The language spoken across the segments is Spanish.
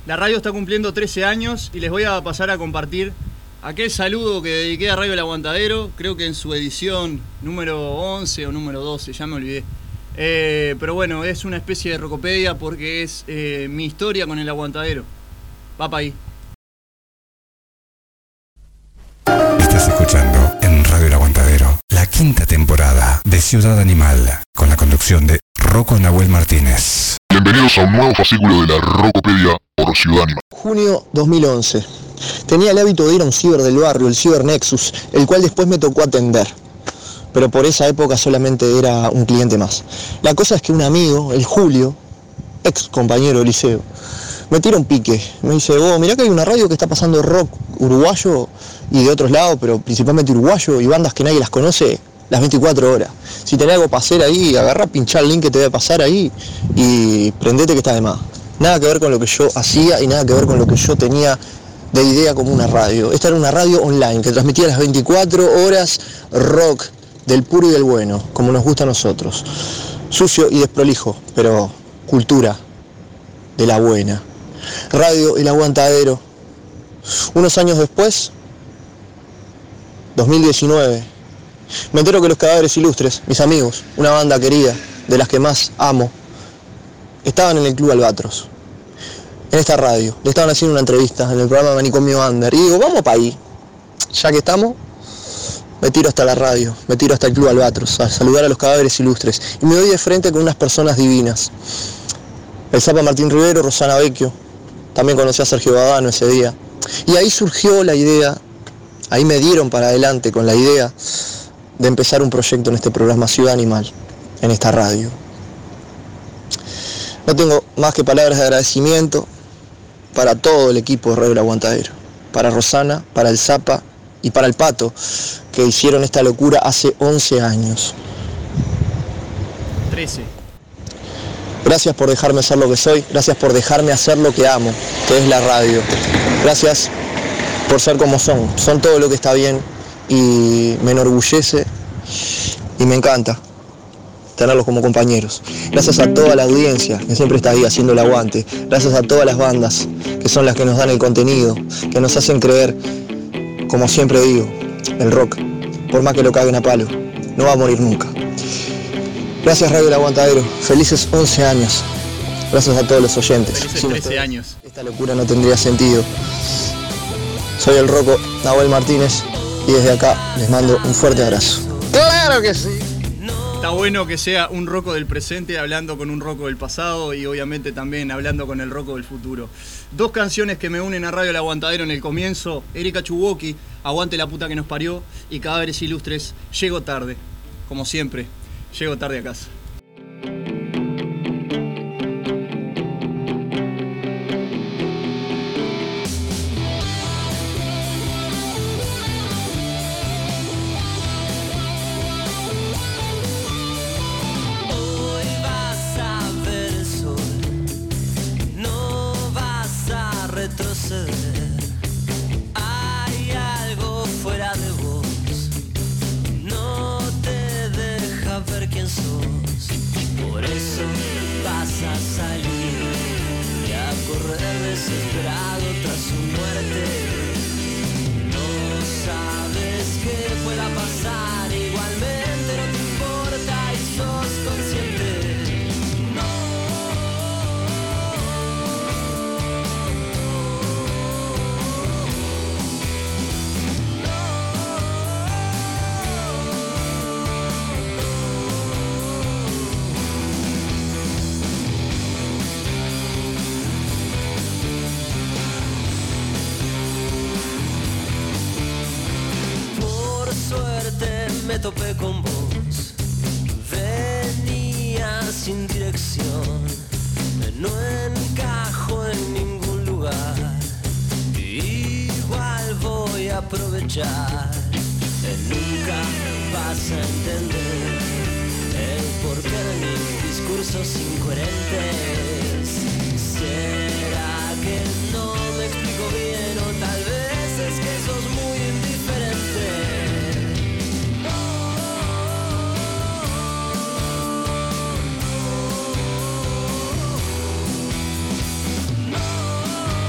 La radio está cumpliendo 13 años y les voy a pasar a compartir aquel saludo que dediqué a Radio El Aguantadero, creo que en su edición número 11 o número 12, ya me olvidé. Pero bueno, es una especie de rocopedia porque es mi historia con El Aguantadero. Va pa' ahí. Estás escuchando en Radio El Aguantadero la 5ª temporada de Ciudad Animal, con la conducción de Rocco Nahuel Martínez. Bienvenidos a un nuevo fascículo de la Rocopedia por Ciudad Animal. Junio 2011. Tenía el hábito de ir a un ciber del barrio, el Ciber Nexus, el cual después me tocó atender. Pero por esa época solamente era un cliente más. La cosa es que un amigo, el Julio, ex compañero de liceo, me tira un pique. Me dice, mirá que hay una radio que está pasando rock uruguayo y de otros lados, pero principalmente uruguayo y bandas que nadie las conoce las 24 horas. Si tenés algo para hacer ahí, agarrá, pinchá el link que te voy a pasar ahí y prendete que está de más. Nada que ver con lo que yo hacía y nada que ver con lo que yo tenía de idea como una radio. Esta era una radio online que transmitía las 24 horas rock del puro y del bueno, como nos gusta a nosotros. Sucio y desprolijo, pero cultura de la buena. Radio El Aguantadero. Unos años después, 2019, me entero que Los Cadáveres Ilustres, mis amigos, una banda querida, de las que más amo, estaban en el Club Albatros, en esta radio. Le estaban haciendo una entrevista en el programa Manicomio Under. Y digo, vamos para ahí. Ya que estamos, me tiro hasta la radio, me tiro hasta el Club Albatros, a saludar a Los Cadáveres Ilustres. Y me doy de frente con unas personas divinas. El Zapa Martín Rivero, Rosana Vecchio. También conocí a Sergio Badano ese día. Y ahí surgió la idea, ahí me dieron para adelante con la idea de empezar un proyecto en este programa Ciudad Animal, en esta radio. No tengo más que palabras de agradecimiento para todo el equipo de Radio El Aguantadero, para Rosana, para el Zapa y para el Pato, que hicieron esta locura hace 11 años. 13. Gracias por dejarme ser lo que soy, gracias por dejarme hacer lo que amo, que es la radio. Gracias por ser como son todo lo que está bien y me enorgullece y me encanta tenerlos como compañeros. Gracias a toda la audiencia que siempre está ahí haciendo el aguante. Gracias a todas las bandas que son las que nos dan el contenido, que nos hacen creer, como siempre digo, el rock, por más que lo caguen a palo, no va a morir nunca. Gracias Radio El Aguantadero, felices 11 años. Gracias a todos los oyentes. Felices 13 años. Esta locura no tendría sentido. Soy el Rocco Nahuel Martínez y desde acá les mando un fuerte abrazo. ¡Claro que sí! Está bueno que sea un Rocco del presente hablando con un Rocco del pasado y obviamente también hablando con el Rocco del futuro. 2 canciones que me unen a Radio El Aguantadero en el comienzo: Erika Chuwoki, Aguante la puta que nos parió, y Cadáveres Ilustres, Llego tarde. Como siempre, llego tarde a casa. Hay algo fuera de vos, no te deja ver quién sos. Por eso vas a salir y a correr desesperado tras su muerte. No sabes qué pueda pasar, igualmente no te importa y sos consciente. Me topé con vos, venía sin dirección, no encajo en ningún lugar, igual voy a aprovechar, nunca vas a entender el porqué de mis discursos incoherentes. ¿Será que no me explico bien o tal vez es que sos muy indiferente? No.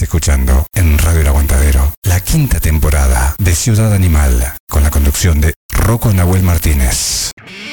escuchando en Radio El Aguantadero la quinta temporada de Ciudad Animal con la conducción de Rocco Nahuel Martínez.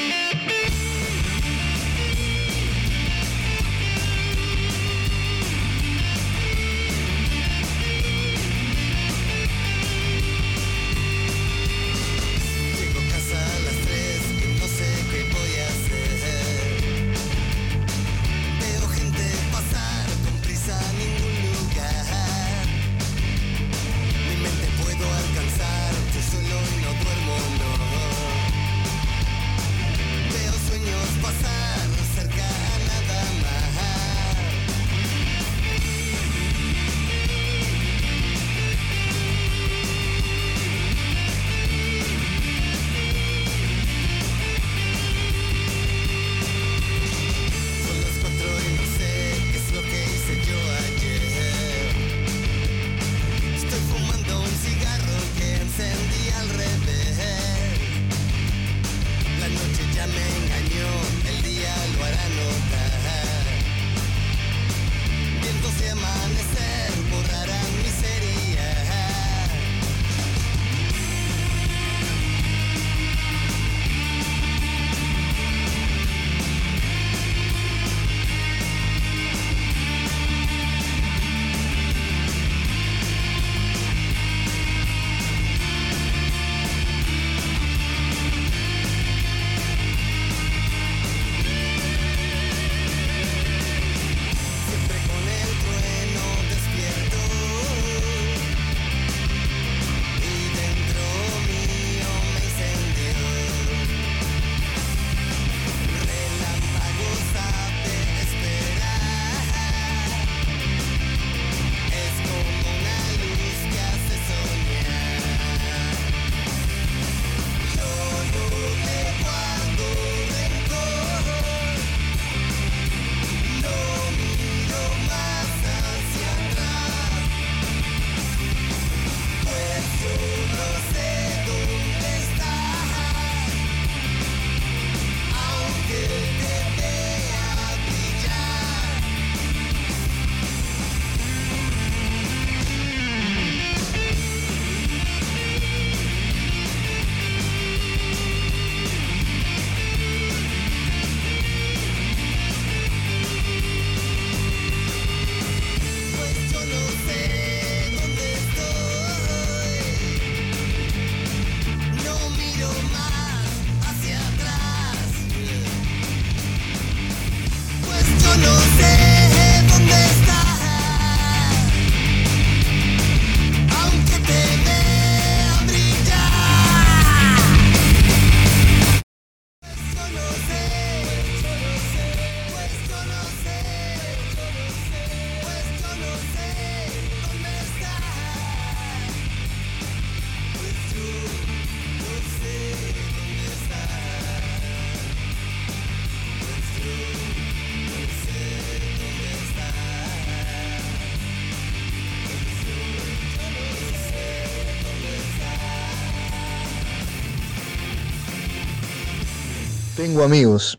Tengo amigos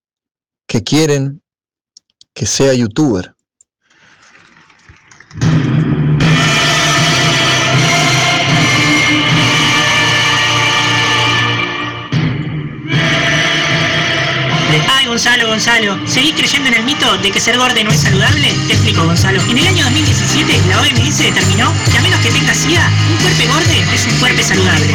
que quieren que sea youtuber. Ay, Gonzalo, ¿seguís creyendo en el mito de que ser gordo no es saludable? Te explico, Gonzalo. En el año 2017, la OMS determinó que a menos que tenga SIDA, un cuerpo gordo es un cuerpo saludable.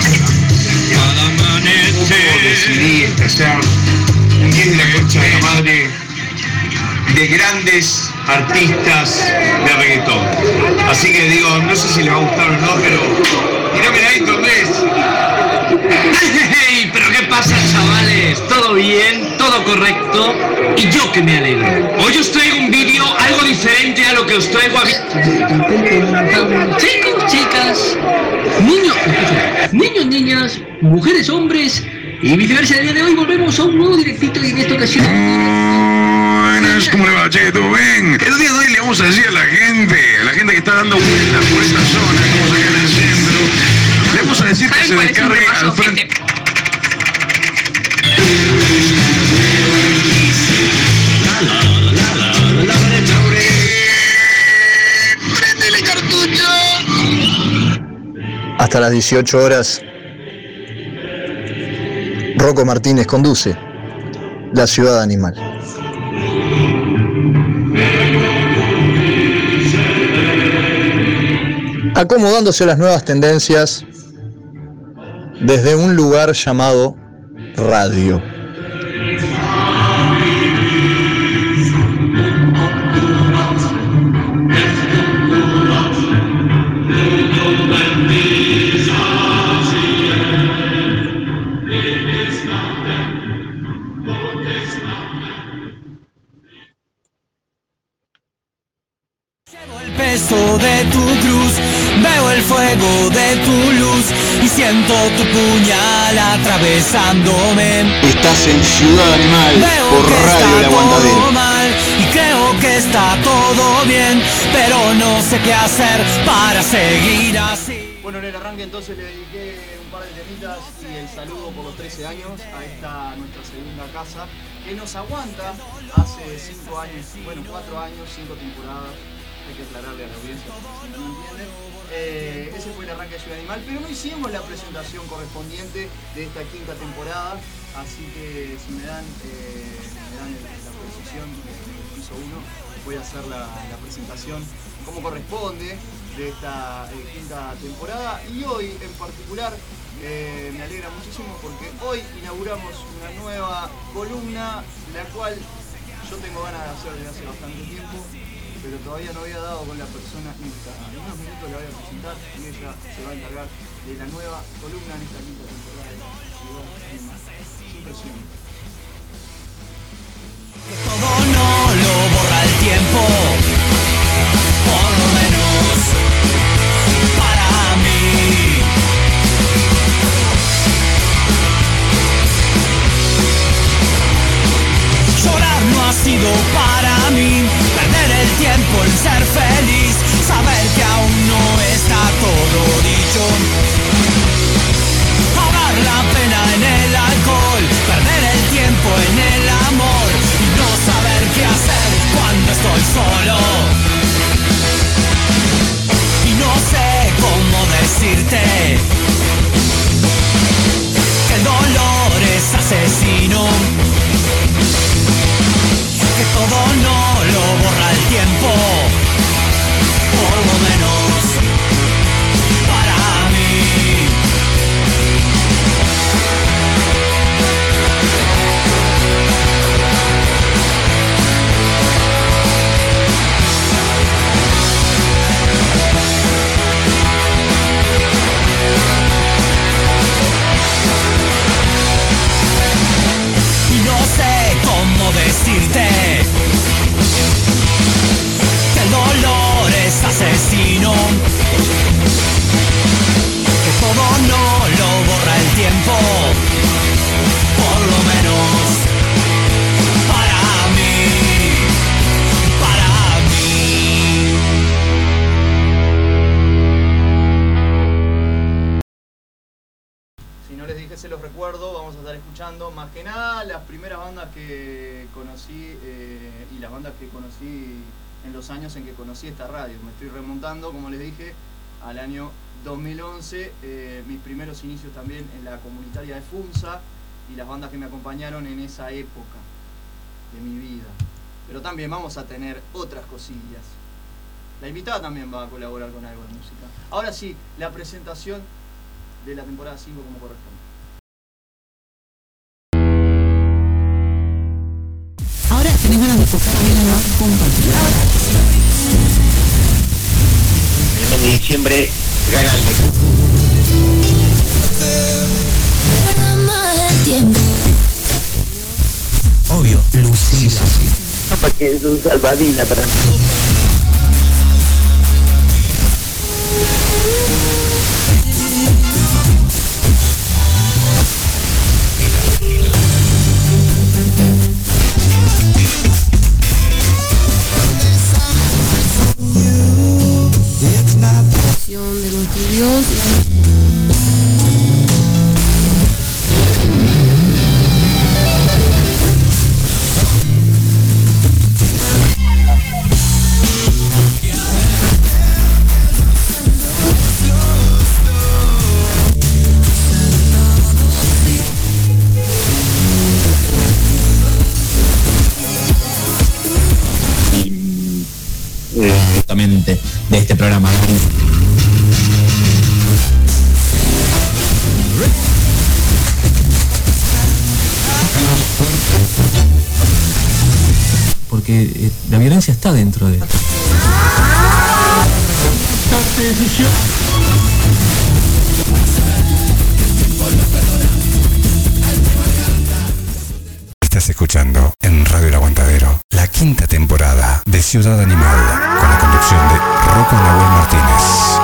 Decidí ser un 10 de la concha de la madre de grandes artistas de reggaetón. Así que digo, no sé si les va a gustar o no, pero tirámela ahí, Torres. ¡Hey! ¿Pero qué pasa, chavales? ¿Todo bien? ¿Todo correcto? Y yo que me alegro. Hoy os traigo un vídeo algo diferente a lo que os traigo a... Chicos, chicas, niños, niñas, mujeres, hombres y viceversa. El día de hoy volvemos a un nuevo directito y en esta ocasión... Buenas, ¿cómo le va, che? ¿Todo bien? El día de hoy le vamos a decir a la gente que está dando vueltas por esta zona, como acá en el centro, le vamos a decir que se descargue al frente... ¡Prendele cartucho! hasta las 18 horas, Rocco Martínez conduce La Ciudad Animal. Acomodándose a las nuevas tendencias desde un lugar llamado radio. Peso de tu cruz, veo el fuego de tu luz y siento tu puñal atravesándome. Estás en Ciudad Animal por Radio El Aguantadero. Mal y creo que está todo bien, pero no sé qué hacer para seguir así. Bueno, en el arranque entonces le dediqué un par de temitas y el saludo por los 13 años a esta nuestra segunda casa que nos aguanta hace 5 años, bueno, 4 años, 5 temporadas. Hay que aclararle a la audiencia, si no lo entienden. Ese fue el arranque de Ciudad Animal, pero no hicimos la presentación correspondiente de esta quinta temporada, así que si me dan la posición del piso 1, voy a hacer la presentación como corresponde de esta quinta temporada. Y hoy en particular me alegra muchísimo porque hoy inauguramos una nueva columna, la cual yo tengo ganas de hacer desde hace bastante tiempo, pero todavía no había dado con la persona esta. En unos minutos la voy a presentar y ella se va a encargar de la nueva columna en esta quinta temporada de Ciudad Animal. Sin presión. Que todo no lo borra el tiempo, por lo menos para mí. Llorar no ha sido para mí, perder el tiempo en ser feliz, saber que aún no está todo dicho. Ahogar la pena en el alcohol, perder el tiempo en el amor y no saber qué hacer cuando estoy solo. Y no sé cómo decirte que el dolor es asesino, que todo no lo borra el tiempo, por lo menos para mí. Y no sé cómo decirte que el dolor es asesino, que todo no lo borra el tiempo, por lo menos para mí, para mí. Si no les dije, se los recuerdo, vamos a estar escuchando más que nada las primeras bandas que conocí y las bandas que conocí en los años en que conocí esta radio. Me estoy remontando, como les dije, al año 2011, mis primeros inicios también en la comunitaria de Funza y las bandas que me acompañaron en esa época de mi vida. Pero también vamos a tener otras cosillas. La invitada también va a colaborar con algo de música. Ahora sí, la presentación de la temporada 5 como corresponde. Ahora tenés ganas de tocar bien la compartir. El mes de diciembre gana el Obvio, Lucila. Papá, que es un salvavidas para mí. De nuestro Dios. La violencia está dentro de esto. Estás escuchando en Radio El Aguantadero la 5ª temporada de Ciudad Animal con la conducción de Rocco Nahuel Martínez.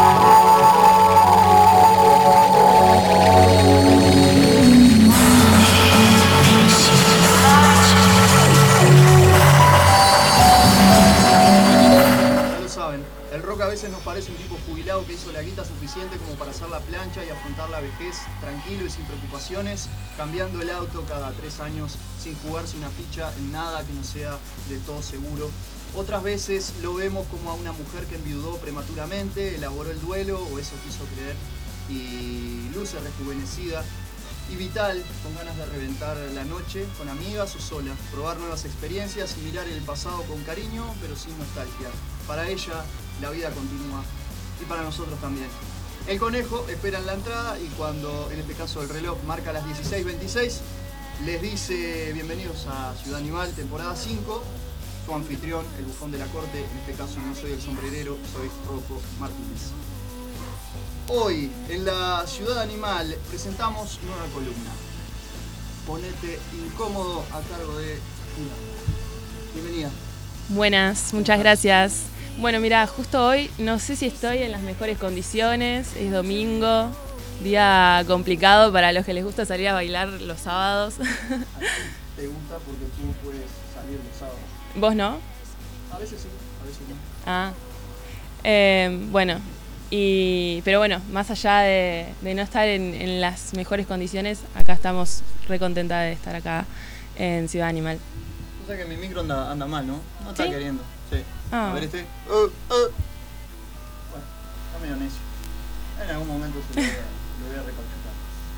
A veces nos parece un tipo jubilado que hizo la guita suficiente como para hacer la plancha y afrontar la vejez tranquilo y sin preocupaciones, cambiando el auto cada 3 años sin jugarse una ficha en nada que no sea del todo seguro. Otras veces lo vemos como a una mujer que enviudó prematuramente, elaboró el duelo, o eso quiso creer, y luce rejuvenecida y vital, con ganas de reventar la noche con amigas o sola, probar nuevas experiencias y mirar el pasado con cariño, pero sin nostalgia. Para ella, la vida continúa, y para nosotros también. El conejo espera en la entrada y cuando, en este caso, el reloj marca las 16:26, les dice bienvenidos a Ciudad Animal, temporada 5, su anfitrión, el bufón de la corte, en este caso no soy el sombrerero, soy Rocco Martínez. Hoy, en la Ciudad Animal, presentamos nueva columna. Ponete incómodo a cargo de Julia. Bienvenida. Buenas, muchas gracias. Bueno, mira, justo hoy no sé si estoy en las mejores condiciones, es domingo, día complicado para los que les gusta salir a bailar los sábados. ¿Te gusta porque tú puedes salir los sábados? ¿Vos no? A veces sí, a veces no. Bueno, pero bueno, más allá de no estar en las mejores condiciones, acá estamos re contentas de estar acá en Ciudad Animal. O sea que mi micro anda mal, ¿no? No está queriendo. Sí. Ah. A ver este. Bueno, está medio necio. En algún momento se lo voy a recalcular.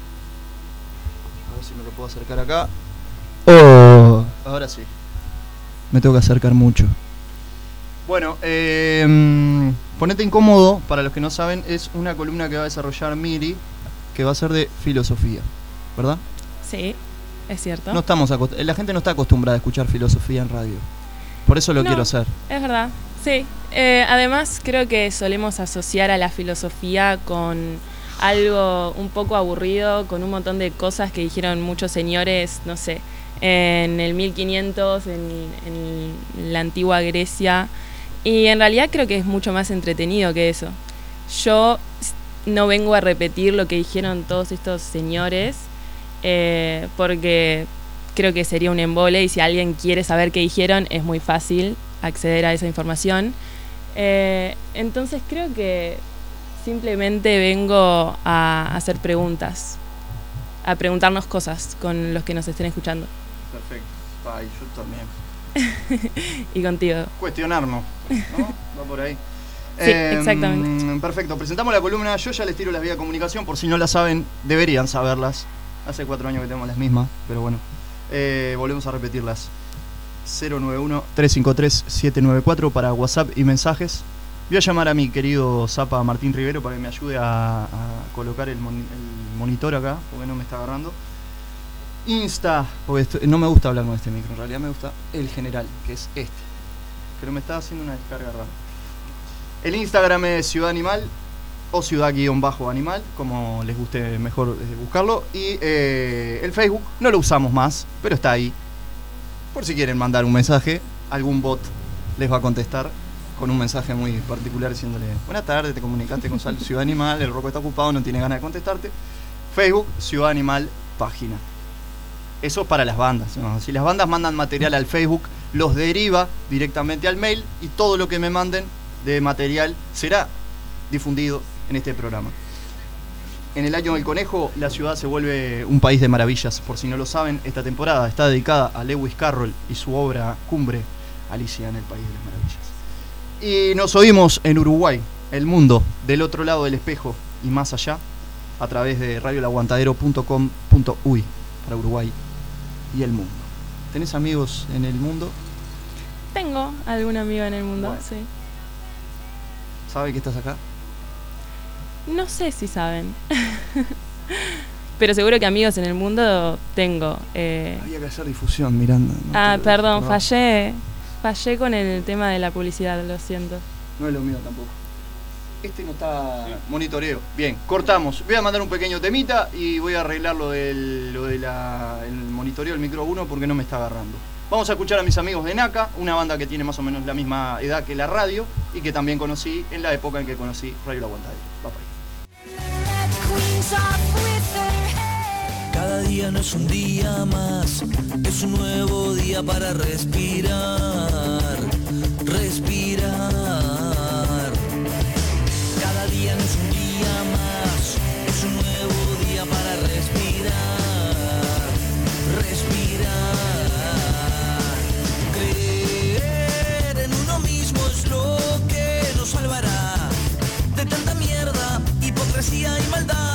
A ver si me lo puedo acercar acá. ¡Oh! Ahora sí. Me tengo que acercar mucho. Bueno, Ponete incómodo, para los que no saben, es una columna que va a desarrollar Miri, que va a ser de filosofía, ¿verdad? Sí, es cierto. No estamos la gente no está acostumbrada a escuchar filosofía en radio. Por eso lo quiero hacer. Es verdad, sí. Además, creo que solemos asociar a la filosofía con algo un poco aburrido, con un montón de cosas que dijeron muchos señores, no sé, en el 1500, en la antigua Grecia. Y en realidad creo que es mucho más entretenido que eso. Yo no vengo a repetir lo que dijeron todos estos señores, porque creo que sería un embole, y si alguien quiere saber qué dijeron, es muy fácil acceder a esa información. Entonces creo que simplemente vengo a hacer preguntas, a preguntarnos cosas con los que nos estén escuchando. Perfecto. Ay, yo también. Y contigo. Cuestionarnos, ¿no? Va por ahí. Sí, exactamente. Perfecto, presentamos la columna. Yo ya les tiro las vías de comunicación, por si no las saben, deberían saberlas. Hace 4 años que tenemos las mismas, pero bueno, volvemos a repetirlas. 091-353-794 para WhatsApp y mensajes. Voy a llamar a mi querido Zapa Martín Rivero para que me ayude a colocar el monitor acá, porque no me está agarrando. Insta, porque no me gusta hablar con este micro, en realidad me gusta el general, que es este, pero me está haciendo una descarga rara. El Instagram es Ciudad Animal o Ciudad_Animal, como les guste mejor buscarlo. Y el Facebook no lo usamos más, pero está ahí. Por si quieren mandar un mensaje, algún bot les va a contestar con un mensaje muy particular diciéndole: buenas tardes, te comunicaste con Ciudad Animal, el Rocco está ocupado, no tiene ganas de contestarte. Facebook, Ciudad Animal, página. Eso es para las bandas, ¿no? Si las bandas mandan material al Facebook, los deriva directamente al mail, y todo lo que me manden de material será difundido en este programa. En el año del conejo, la ciudad se vuelve un país de maravillas. Por si no lo saben, esta temporada está dedicada a Lewis Carroll y su obra cumbre, Alicia en el País de las Maravillas. Y nos oímos en Uruguay, el mundo, del otro lado del espejo y más allá, a través de radiolaguantadero.com.uy para Uruguay y el mundo. ¿Tenés amigos en el mundo? Tengo algún amigo en el mundo, bueno. Sí. ¿Sabe que estás acá? No sé si saben. Pero seguro que amigos en el mundo tengo. Había que hacer difusión, Miranda. Perdón, fallé. Fallé con el tema de la publicidad, lo siento. No es lo mío tampoco. Este no está monitoreo. Bien, cortamos. Voy a mandar un pequeño temita y voy a arreglar lo del el monitoreo del micro 1 porque no me está agarrando. Vamos a escuchar a mis amigos de NACA, una banda que tiene más o menos la misma edad que la radio y que también conocí en la época en que conocí Radio El Aguantadero. Cada día no es un día más, es un nuevo día para respirar, respirar. Cada día no es un día más, es un nuevo día para respirar, respirar. Creer en uno mismo es lo que nos salvará de tanta mierda, hipocresía y maldad.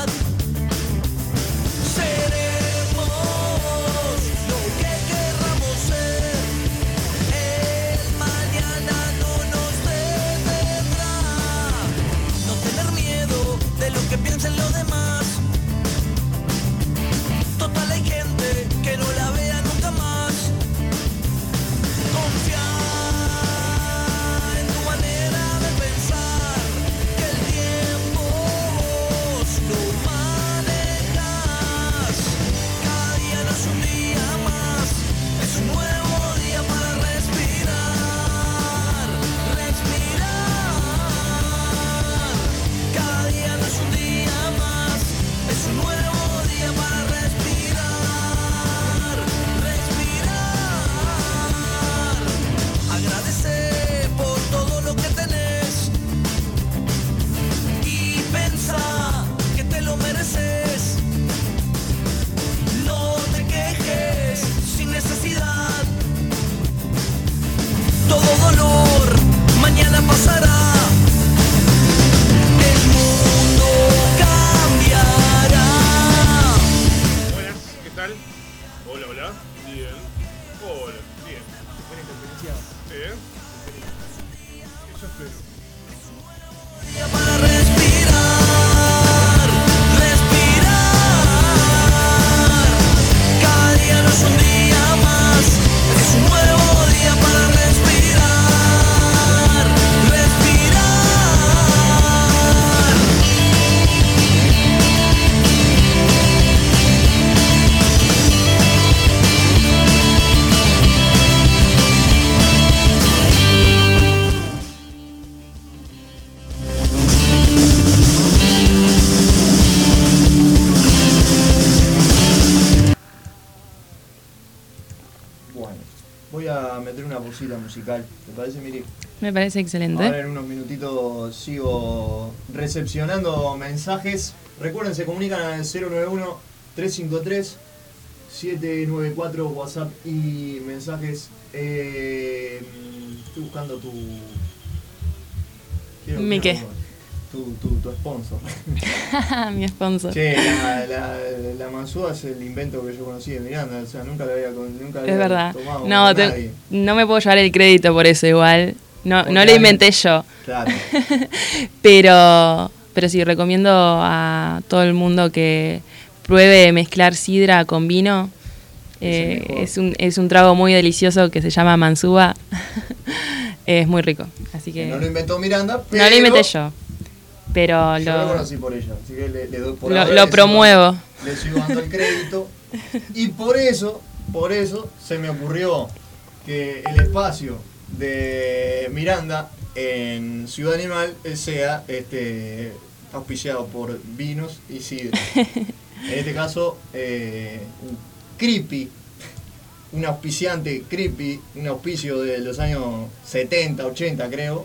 Seremos lo que querramos ser. El mañana no nos detendrá. No tener miedo de lo que piensen los demás. Total hay gente que no la vea nunca más. Confiar en tu manera de pensar, que el tiempo vos lo manejas. Cada día no es un día más, es un nuevo día para respirar, respirar. Cada día no es un día más, es un nuevo día para respirar, respirar. Agradecer por todo lo que tenés y pensá que te lo mereces. No te quejes sin necesidad. Todo dolor mañana pasará. El mundo cambiará. Buenas, ¿qué tal? Hola, hola. Bien. Hola, bien. Eso espero. Para respirar, respirar. Cada día no es un día más, es un nuevo día para respirar, respirar. Bueno, voy a meter una pausita musical. ¿Te parece, Miri? Me parece excelente. Ahora en unos minutitos sigo recepcionando mensajes. Recuerden, se comunican al 091-353-794 WhatsApp y mensajes. Estoy buscando tu... ¿Mi qué? Tu sponsor. Mi sponsor. Che, la manzúa es el invento que yo conocí de Miranda, o sea, nunca la había Es verdad. tomado No, con nadie. no me puedo llevar el crédito por eso igual. No lo inventé yo. Claro. Pero sí, recomiendo a todo el mundo que pruebe mezclar sidra con vino. Es un trago muy delicioso que se llama manzúa. Es muy rico. Así que No lo inventó Miranda, pero... no lo inventé yo. Pero yo lo conocí por ella, así que le doy por lo promuevo. Le sigo dando el crédito. Y por eso se me ocurrió que el espacio de Miranda en Ciudad Animal sea auspiciado por vinos y sidra. En este caso, un creepy, un auspiciante creepy, un auspicio de los años 70, 80 creo,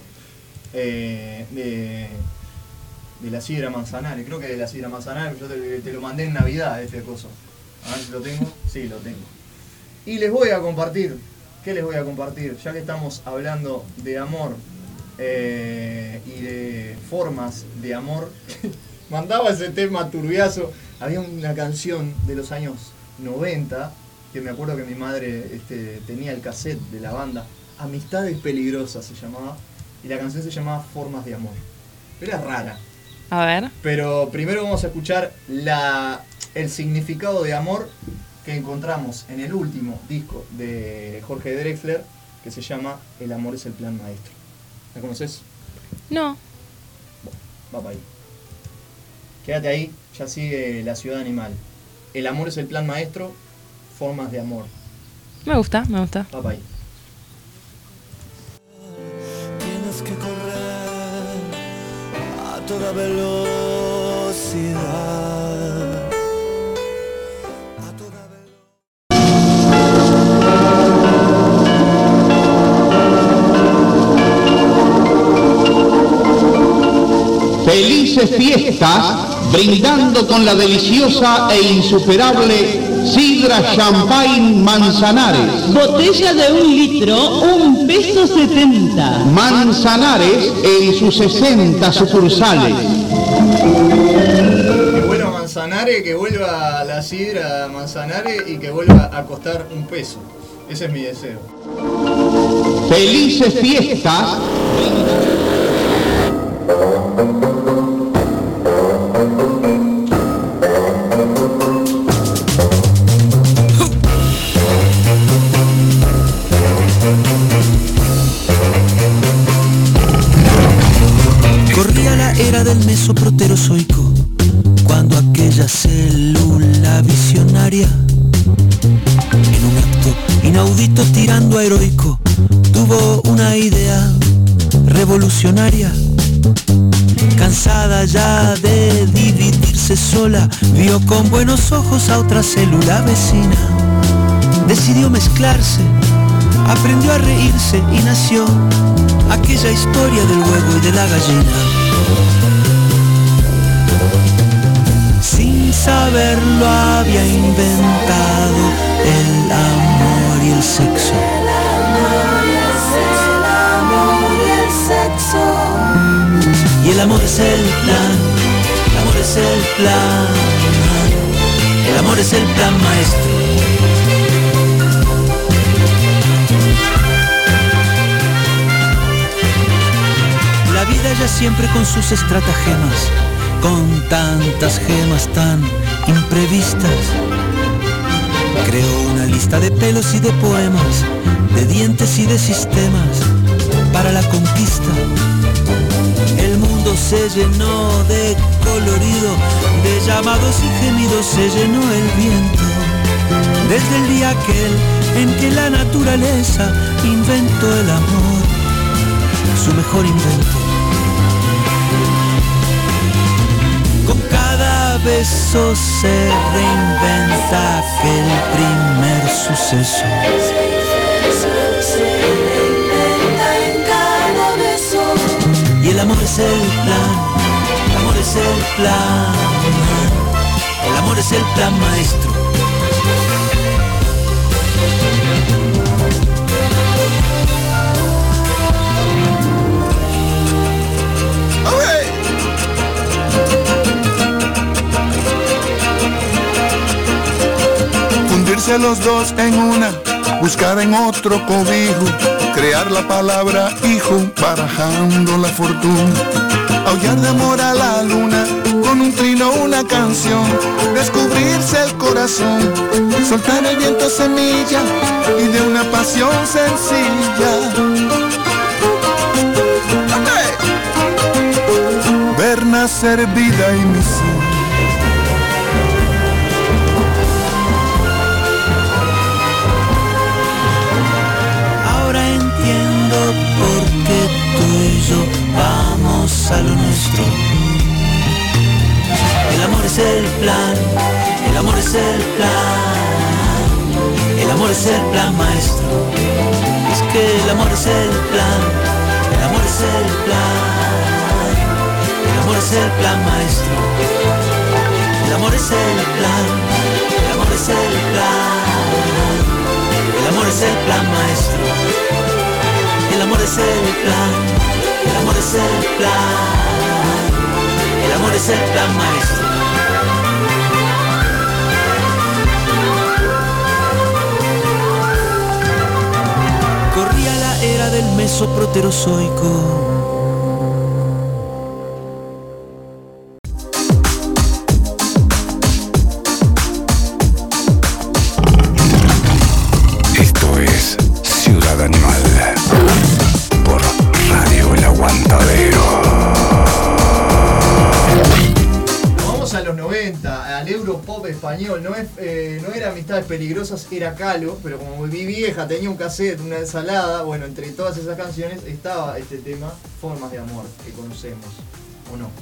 de la sidra Manzanares, creo que de la sidra Manzanares, yo te lo mandé en Navidad este coso. A ver si lo tengo, sí lo tengo. Y les voy a compartir, ¿qué les voy a compartir? Ya que estamos hablando de amor y de formas de amor, mandaba ese tema turbiazo. Había una canción de los años 90, que me acuerdo que mi madre tenía el cassette de la banda, Amistades Peligrosas se llamaba, y la canción se llamaba Formas de Amor. Era rara. A ver. Pero primero vamos a escuchar el significado de amor que encontramos en el último disco de Jorge Drexler, que se llama El amor es el plan maestro. ¿La conoces? No. Va para ahí. Quédate ahí, ya sigue La ciudad animal. El amor es el plan maestro, formas de amor. Me gusta, me gusta. Va para ahí. Tienes que correr a toda velocidad. Felices fiestas, brindando con la deliciosa e insuperable Sidra Champagne Manzanares. Botella de 1 litro, $1.70. Manzanares en sus 60 sucursales. Que vuelva Manzanares, que vuelva la sidra Manzanares y que vuelva a costar $1. Ese es mi deseo. Felices fiestas. Corría la era del mesoproterozoico, cuando aquella célula visionaria, en un acto inaudito tirando a heroico, tuvo una idea revolucionaria. Cansada ya de dividirse sola, vio con buenos ojos a otra célula vecina. Decidió mezclarse, aprendió a reírse y nació aquella historia del huevo y de la gallina. Sin saberlo había inventado el amor y el sexo. Y el amor es el plan, el amor es el plan, el amor es el plan maestro. La vida ya siempre con sus estratagemas, con tantas gemas tan imprevistas. Creó una lista de pelos y de poemas, de dientes y de sistemas para la conquista. El mundo se llenó de colorido, de llamados y gemidos se llenó el viento. Desde el día aquel en que la naturaleza inventó el amor, su mejor invento. Con cada beso se reinventa aquel primer suceso. Y el amor es el plan, el amor es el plan, el amor es el plan maestro. Fundirse los dos en una, buscar en otro cobijo, crear la palabra hijo, barajando la fortuna, aullar de amor a la luna, con un trino una canción, descubrirse el corazón, soltar el viento semilla y de una pasión sencilla. Ver nacer vida y misión. Porque tú y yo vamos a lo nuestro. El amor es el plan, el amor es el plan, el amor es el plan maestro. Es que el amor es el plan, el amor es el plan, el amor es el plan maestro. El amor es el plan, el amor es el plan, el amor es el plan maestro. El amor es el plan, el amor es el plan, el amor es el plan maestro. Corría la era del mesoproterozoico. Esto es Ciudad Animal. pop español. No era Amistades Peligrosas, era Calo, pero como mi vieja tenía un cassette, una ensalada, bueno, entre todas esas canciones estaba este tema, Formas de Amor, que conocemos, ¿o no?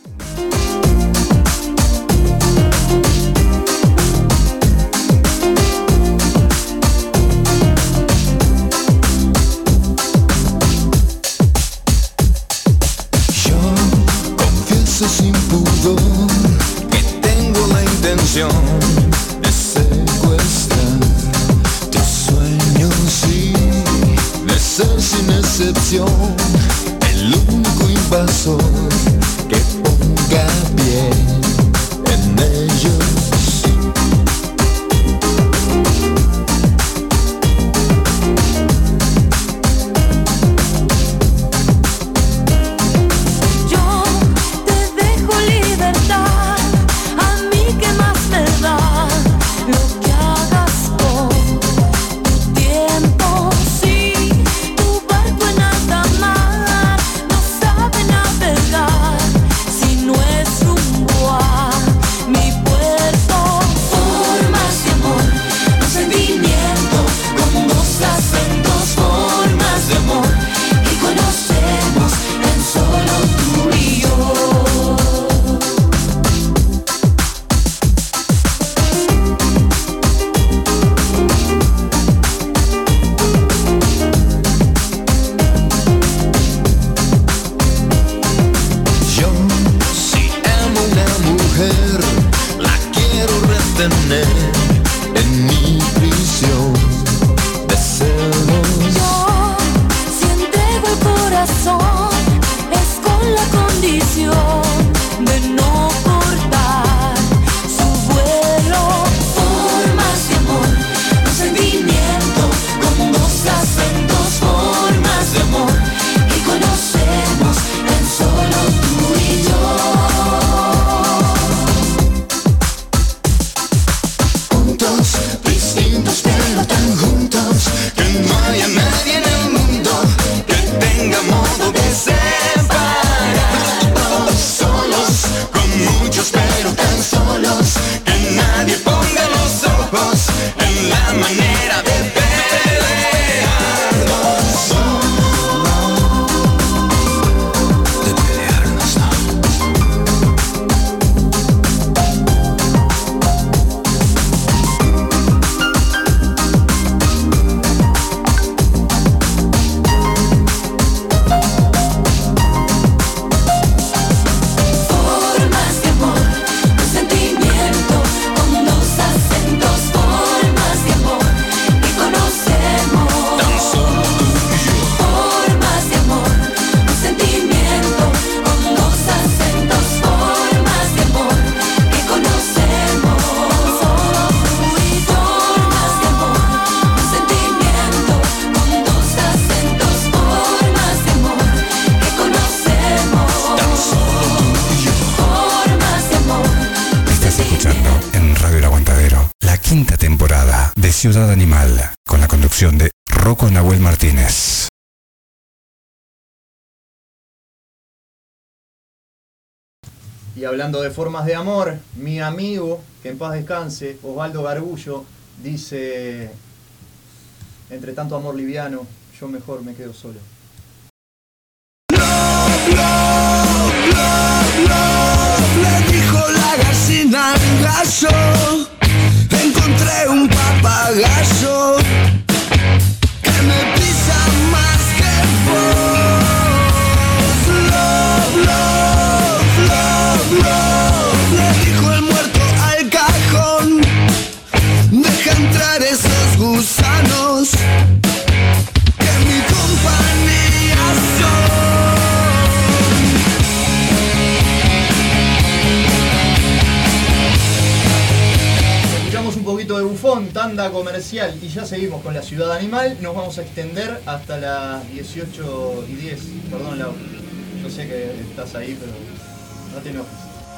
Sin pudor, que tengo la intención de secuestrar tus sueños y de ser sin excepción el único invasor que ponga pie en ellos. En mi prisión de celos. Yo, si entrego el corazón, es con la condición de no cortar su vuelo. Formas de amor, un sentimiento con dos acentos. Formas de amor que conocemos en solo tú y yo. Distintos pero tan juntos, que no haya nadie en el mundo que tenga modo de separarnos. Solos, con muchos pero tan solos, que nadie ponga los ojos en la manera de pelearnos. De pelearnos, no. Quinta temporada de Ciudad Animal, con la conducción de Rocco Nahuel Martínez. Y hablando de formas de amor, mi amigo, que en paz descanse, Osvaldo Garbullo, dice: entre tanto amor liviano, yo mejor me quedo solo. Le dijo la gallina al gallo, encontré un papagayo que me pisa más que vos. Love, love, love, love, le dijo el muerto al cajón, deja entrar esos gusanos que mi compañía son. Un poquito de Bufón, tanda comercial, y ya seguimos con la Ciudad Animal. Nos vamos a extender hasta las 18:10. Perdón, Lau, yo sé que estás ahí, pero no te enojes.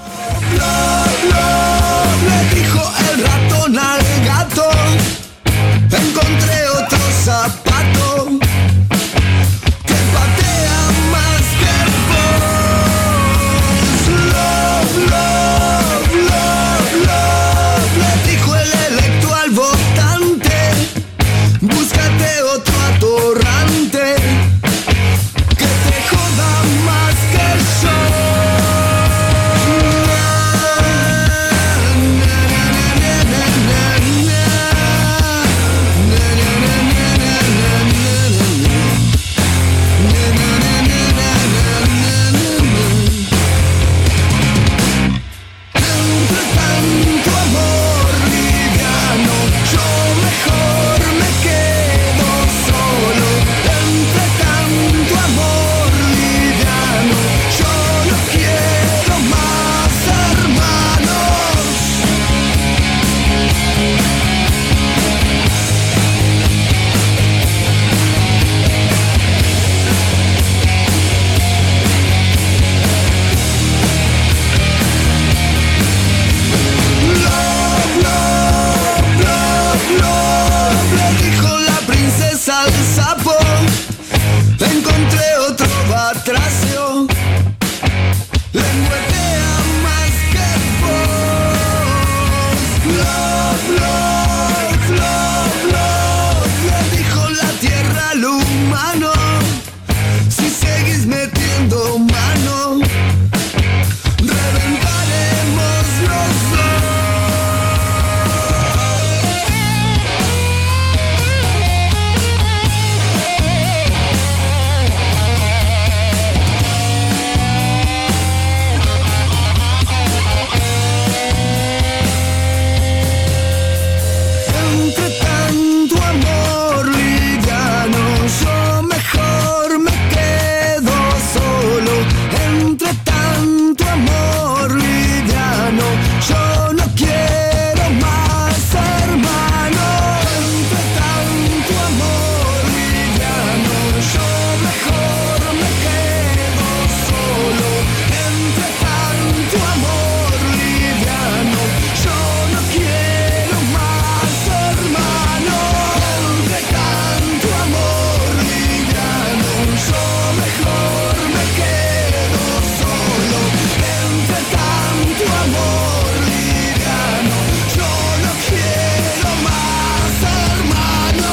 Le dijo el ratón al gato, encontré otro zapato que patea más que vos. Love, love, love, love. Le dijo la tierra al humano, si seguís metiendo mano, reventaremos los dos. Entre tanto amor liviano, yo mejor me quedo solo. Entre tanto amor liviano, yo no quiero más hermano. Entre tanto amor liviano, yo mejor me quedo solo. Entre tanto amor liviano, yo no quiero más hermano. Entre tanto amor liviano, yo mejor me quedo solo. Entre tanto amor liviano, yo no quiero más hermano.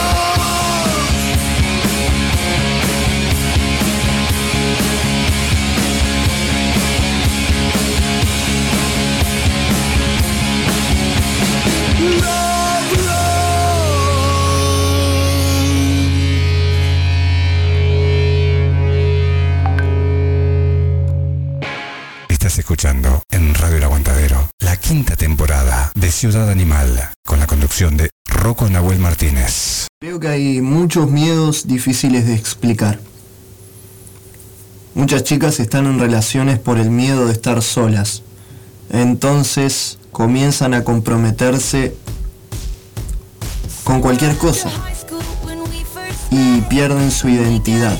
Estás escuchando en Radio El Aguantadero la quinta temporada de Ciudad Animal, con la conducción de Rocco Nahuel Martínez. Creo que hay muchos miedos difíciles de explicar. Muchas chicas están en relaciones por el miedo de estar solas. Entonces comienzan a comprometerse con cualquier cosa y pierden su identidad.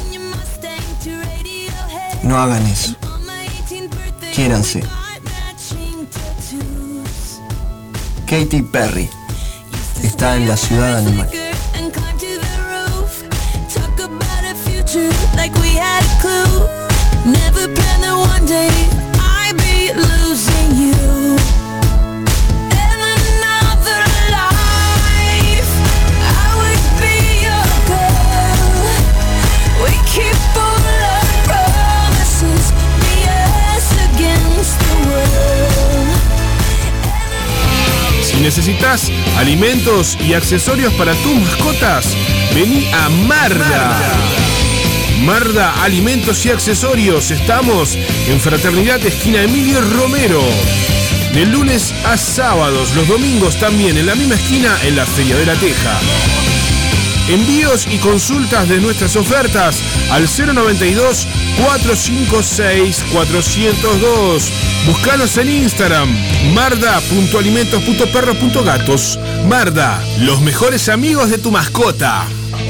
No hagan eso. Quiéranse. Katy Perry está en la Ciudad Animal. Like we had a clue. Never planned that one day I'd be losing you. In another life, I would be your girl. We keep all our promises, be us against the world. Si necesitas alimentos y accesorios para tus mascotas, vení a Marda. Marda Alimentos y Accesorios. Estamos en Fraternidad esquina Emilio Romero. De lunes a sábados, los domingos también en la misma esquina en la Feria de la Teja. Envíos y consultas de nuestras ofertas al 092 456 402. Búscanos en Instagram, marda.alimentos.perros.gatos. Marda, los mejores amigos de tu mascota.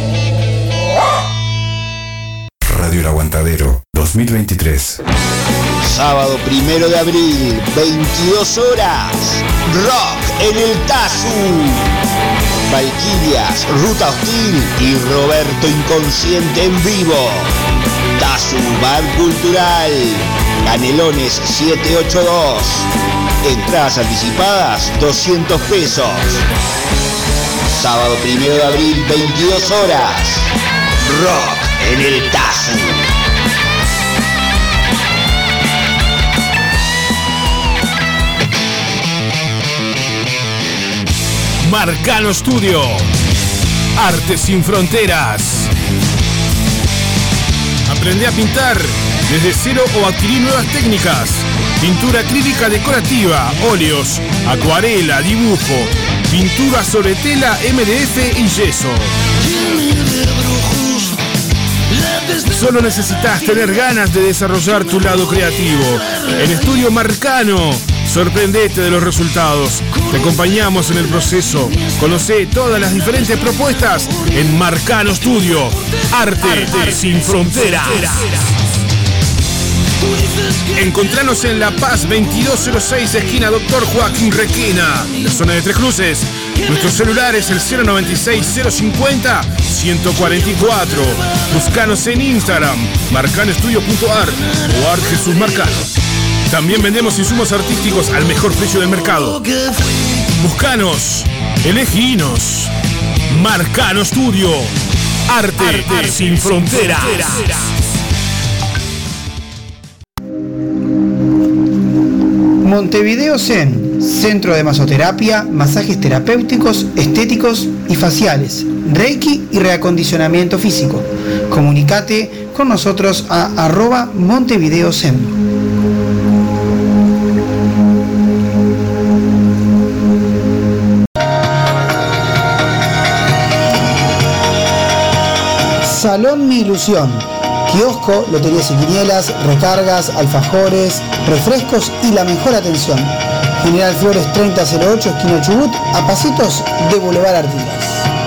Radio El Aguantadero 2023. Sábado 1 de abril, 22 horas. Rock en el Tazu. Valquirias, Ruta Hostil y Roberto Inconsciente en vivo. Tazu Bar Cultural. Canelones 782. Entradas anticipadas 200 pesos. Sábado 1 de abril, 22 horas. Rock en el Tazu. Marcano Studio. Arte sin fronteras. Aprende a pintar desde cero o adquirir nuevas técnicas. Pintura acrílica decorativa, óleos, acuarela, dibujo, pintura sobre tela, MDF y yeso. Solo necesitas tener ganas de desarrollar tu lado creativo. En Estudio Marcano, sorprendete de los resultados. Te acompañamos en el proceso. Conocé todas las diferentes propuestas en Marcano Studio. Arte sin fronteras. Encontranos en La Paz 2206, esquina Dr. Joaquín Requena, en la zona de Tres Cruces. Nuestro celular es el 096-050-144. Buscanos en Instagram, marcanoestudio.ar o Art Jesús Marcano. También vendemos insumos artísticos al mejor precio del mercado. Buscanos, eleginos, Marcano Studio, arte sin fronteras. Montevideo Zen, centro de masoterapia, masajes terapéuticos, estéticos y faciales, reiki y reacondicionamiento físico. Comunicate con nosotros a @Montevideo Zen. Salón Mi Ilusión. Kiosco, loterías y quinielas, recargas, alfajores, refrescos y la mejor atención. General Flores 3008, esquina Chubut, a pasitos de Boulevard Artigas.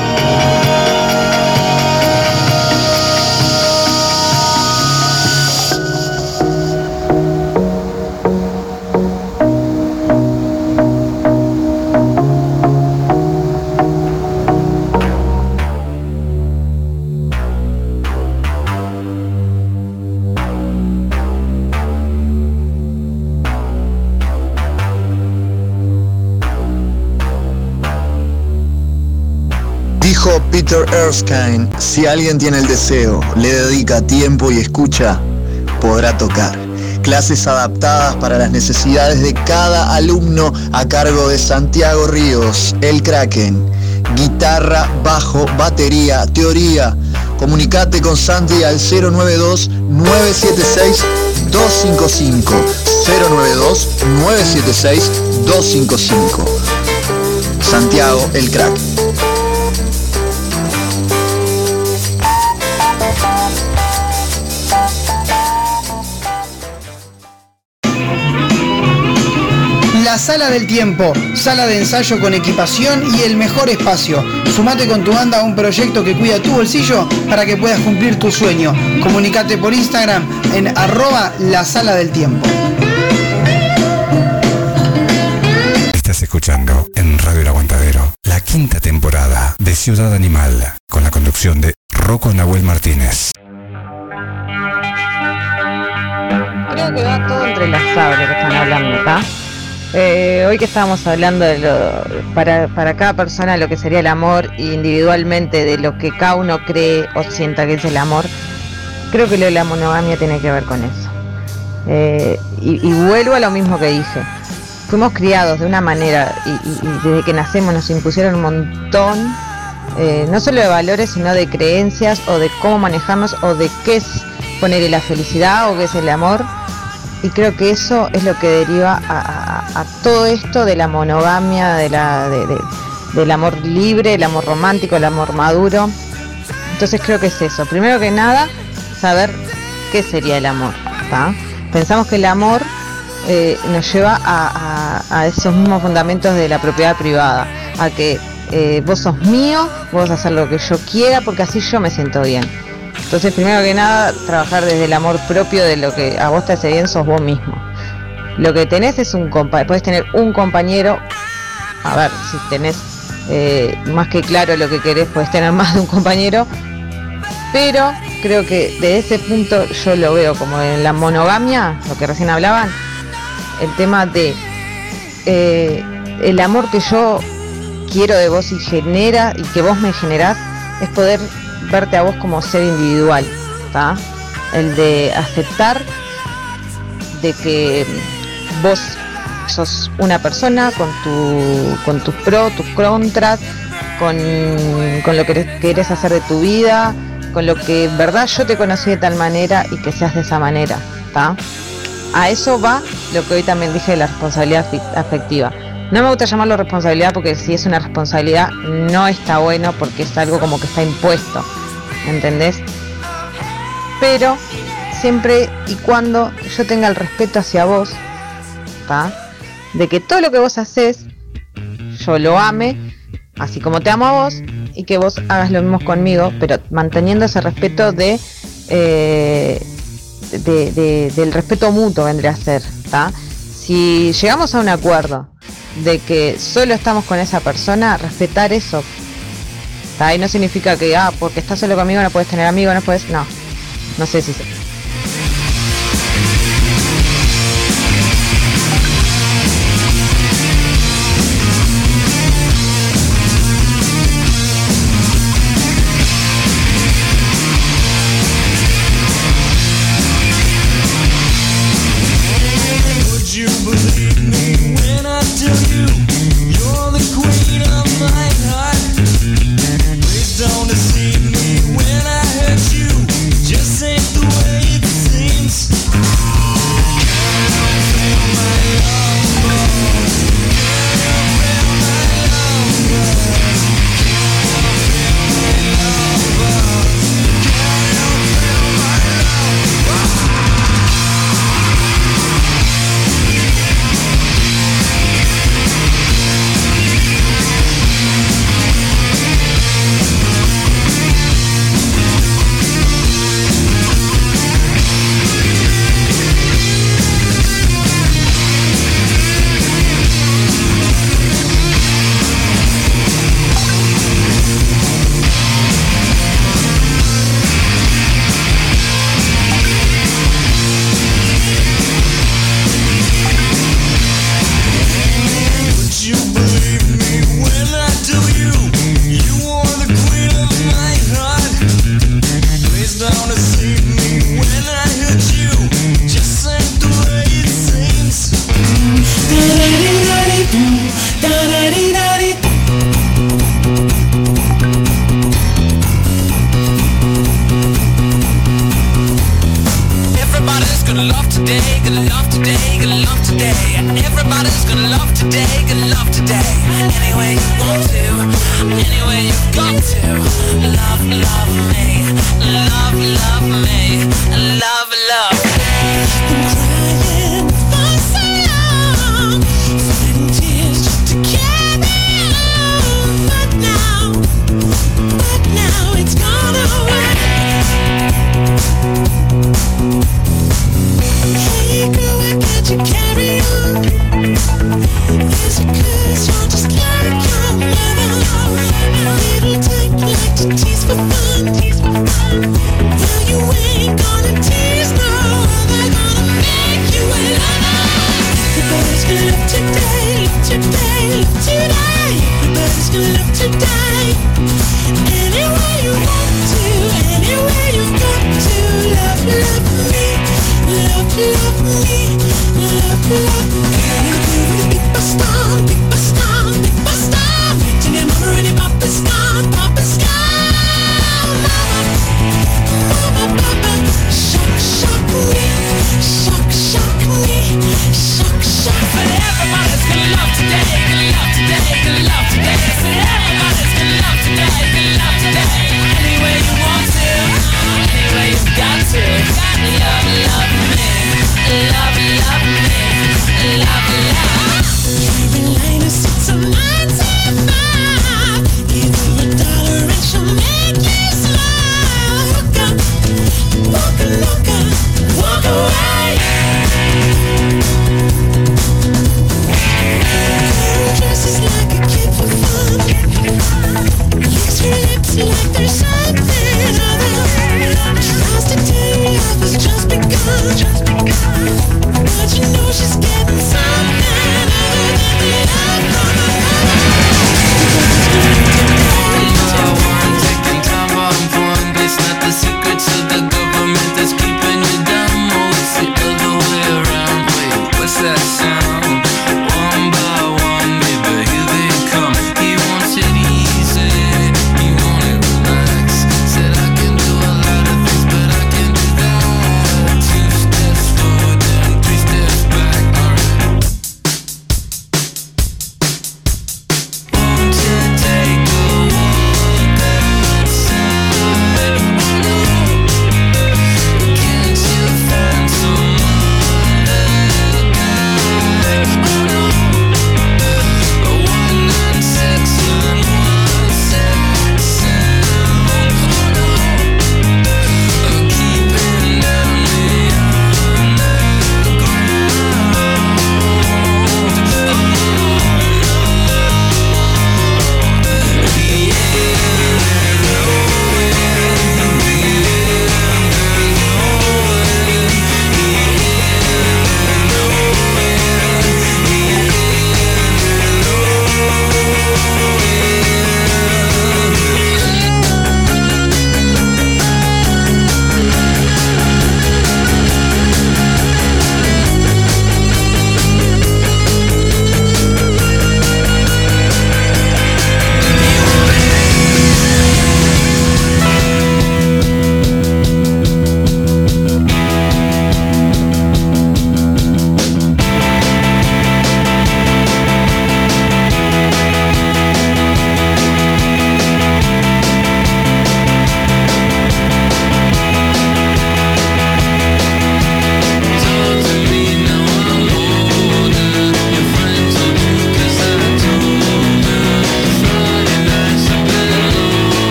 Dijo Peter Erskine, si alguien tiene el deseo, le dedica tiempo y escucha, podrá tocar. Clases adaptadas para las necesidades de cada alumno a cargo de Santiago Ríos, el Kraken. Guitarra, bajo, batería, teoría. Comunicate con Santi al 092-976-255. 092-976-255. Santiago, el Kraken. La Sala del Tiempo, sala de ensayo con equipación y el mejor espacio. Sumate con tu banda a un proyecto que cuida tu bolsillo para que puedas cumplir tu sueño. Comunicate por Instagram en @laSalaDelTiempo. Estás escuchando en Radio El Aguantadero la 5ª temporada de Ciudad Animal, con la conducción de Rocco Nahuel Martínez. Creo que va todo entrelazado lo que están hablando acá. Hoy que estábamos hablando de para cada persona lo que sería el amor individualmente, de lo que cada uno cree o sienta que es el amor, creo que lo de la monogamia tiene que ver con eso. Y vuelvo a lo mismo que dije. Fuimos criados de una manera y desde que nacemos nos impusieron un montón, no solo de valores, sino de creencias o de cómo manejarnos o de qué es ponerle la felicidad o qué es el amor. Y creo que eso es lo que deriva a todo esto de la monogamia, del amor libre, el amor romántico, el amor maduro. Entonces creo que es eso. Primero que nada, saber qué sería el amor, ¿tá? Pensamos que el amor nos lleva a esos mismos fundamentos de la propiedad privada, a que vos sos mío, vos vas a hacer lo que yo quiera porque así yo me siento bien. Entonces, primero que nada, trabajar desde el amor propio, de lo que a vos te hace bien, sos vos mismo. Lo que tenés es un compañero, podés tener un compañero, a ver, si tenés más que claro lo que querés, podés tener más de un compañero, pero creo que de ese punto yo lo veo como en la monogamia, lo que recién hablaban, el tema de el amor que yo quiero de vos y genera, y que vos me generás, es poder verte a vos como ser individual, ¿tá? El de aceptar de que vos sos una persona con tus pros, tus contras, con lo que querés hacer de tu vida, con lo que en verdad yo te conocí de tal manera y que seas de esa manera, ¿tá? A eso va lo que hoy también dije de la responsabilidad afectiva. No me gusta llamarlo responsabilidad porque si es una responsabilidad no está bueno, porque es algo como que está impuesto, ¿entendés? Pero siempre y cuando yo tenga el respeto hacia vos, ¿tá? De que todo lo que vos haces yo lo ame, así como te amo a vos, y que vos hagas lo mismo conmigo, pero manteniendo ese respeto del respeto mutuo, vendría a ser, ¿tá? Si llegamos a un acuerdo de que solo estamos con esa persona, respetar eso, ¿tá? Y no significa que porque estás solo conmigo no puedes tener amigos, no sé si love today, good love today. Any way you want to, any way you've got to. Love, love me, love, love me, love, love me. Been crying for so long, fighting tears just to carry on. But now it's gone away. Hey girl, why can't you carry on? Is it 'cause you're just like your mother? Little type you like to tease for fun.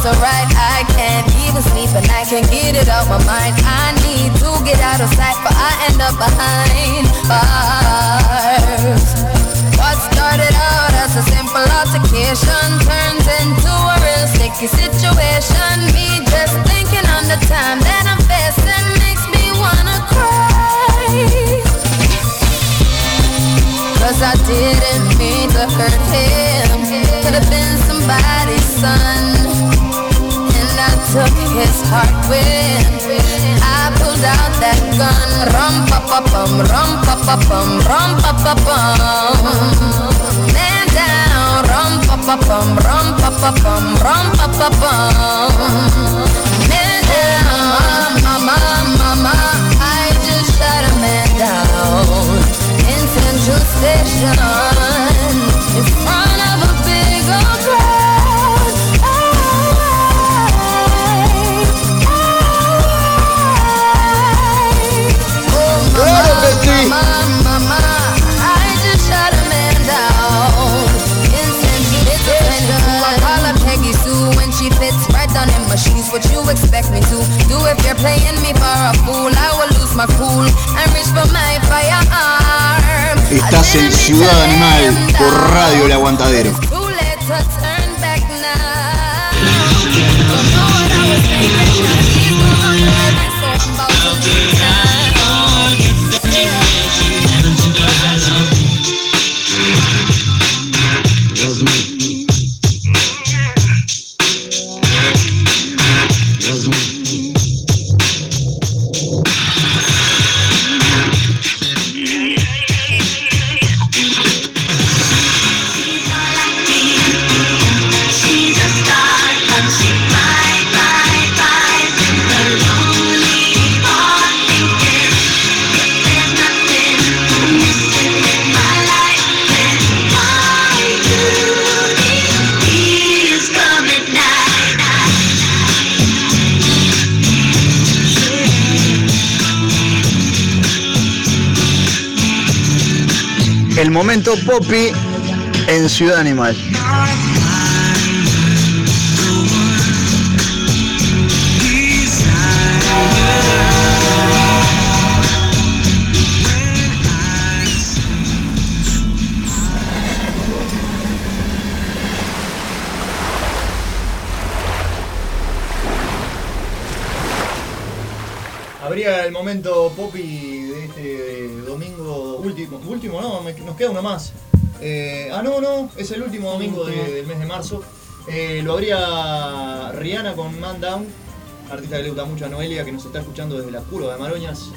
so right, I can't even sleep and I can't get it out my mind. I need to get out of sight, but I end up behind bars. What started out as a simple altercation turns into a real sticky situation. Me just thinking on the time that I'm facing makes me wanna cry. Cause I didn't mean to hurt him. Could've been somebody's son. And I took his heart when I pulled out that gun. Rum pa pa bum, rum pa pa bum, rum pa pa bum. Man down, rum pa pa bum, rum pa pa bum, rum pa pa bum. Man down, mama, mama, I just shot a man down in Central Station in front of a big old crowd. Mama, I just shot a man down in Central Station. I call her Peggy Sue when she fits right down in my shoes. What you expect me to do if you're playing me for a fool? I will lose my cool and reach for my firearm. Estás en Ciudad Animal por Radio El Aguantadero. Too late to turn back now. El momento Poppy en Ciudad Animal. Habría el momento Poppy de este domingo último no, nos queda uno más. No, es el último domingo del mes de marzo. Lo habría Rihanna con Man Down, artista que le gusta mucho a Noelia, que nos está escuchando desde la curva de Maroñas.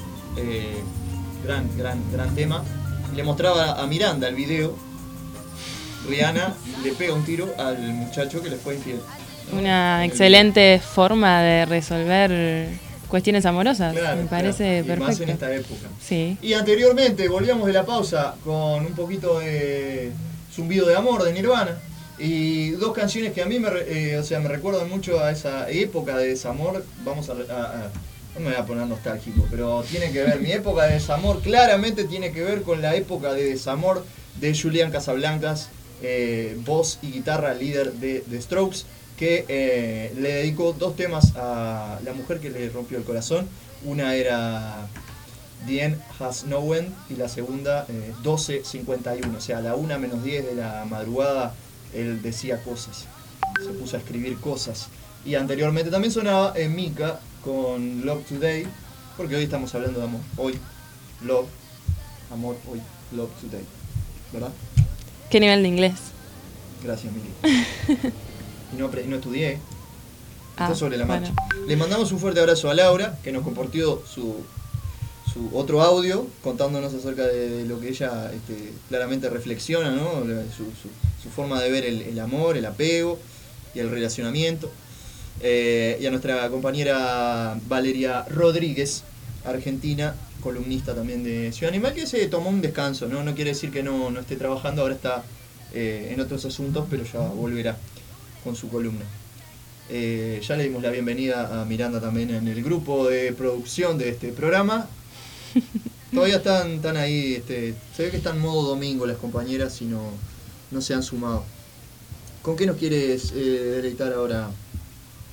Gran tema. Le mostraba a Miranda el video. Rihanna le pega un tiro al muchacho que le fue infiel. Una excelente forma de resolver cuestiones amorosas, Claro, me parece claro. Y perfecto. más en esta época. Sí. Y anteriormente volvíamos de la pausa con un poquito de Zumbido de Amor de Nirvana y dos canciones que a mí me recuerdan mucho a esa época de desamor. No me voy a poner nostálgico, pero tiene que ver, mi época de desamor claramente tiene que ver con la época de desamor de Julian Casablancas, voz y guitarra líder de The Strokes, que le dedicó dos temas a la mujer que le rompió el corazón. Una era The End Has No End y la segunda 12:51, o sea, a la 1:10 de la madrugada él decía cosas, se puso a escribir cosas. Y anteriormente también sonaba Mika con Love Today, porque hoy estamos hablando de amor. Hoy, love, amor, hoy, love today, ¿verdad? ¿Qué nivel de inglés? Gracias, Mili. Y no estudié. Está sobre la marcha. Bueno. Le mandamos un fuerte abrazo a Laura, que nos compartió su otro audio contándonos acerca de lo que ella claramente reflexiona, ¿no? Su forma de ver el amor, el apego y el relacionamiento. Y a nuestra compañera Valeria Rodríguez, argentina, columnista también de Ciudad Animal, que se tomó un descanso, ¿no? No quiere decir que no esté trabajando, ahora está en otros asuntos, pero ya volverá con su columna. Ya le dimos la bienvenida a Miranda también en el grupo de producción de este programa. Todavía están ahí, se ve que están en modo domingo las compañeras y no se han sumado. ¿Con qué nos quieres deleitar ahora,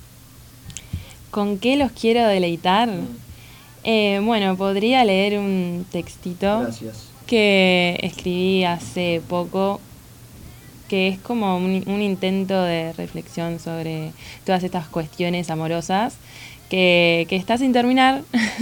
¿Con qué los quiero deleitar? Bueno, podría leer un textito. Gracias. Que escribí hace poco, que es como un intento de reflexión sobre todas estas cuestiones amorosas, que está sin terminar.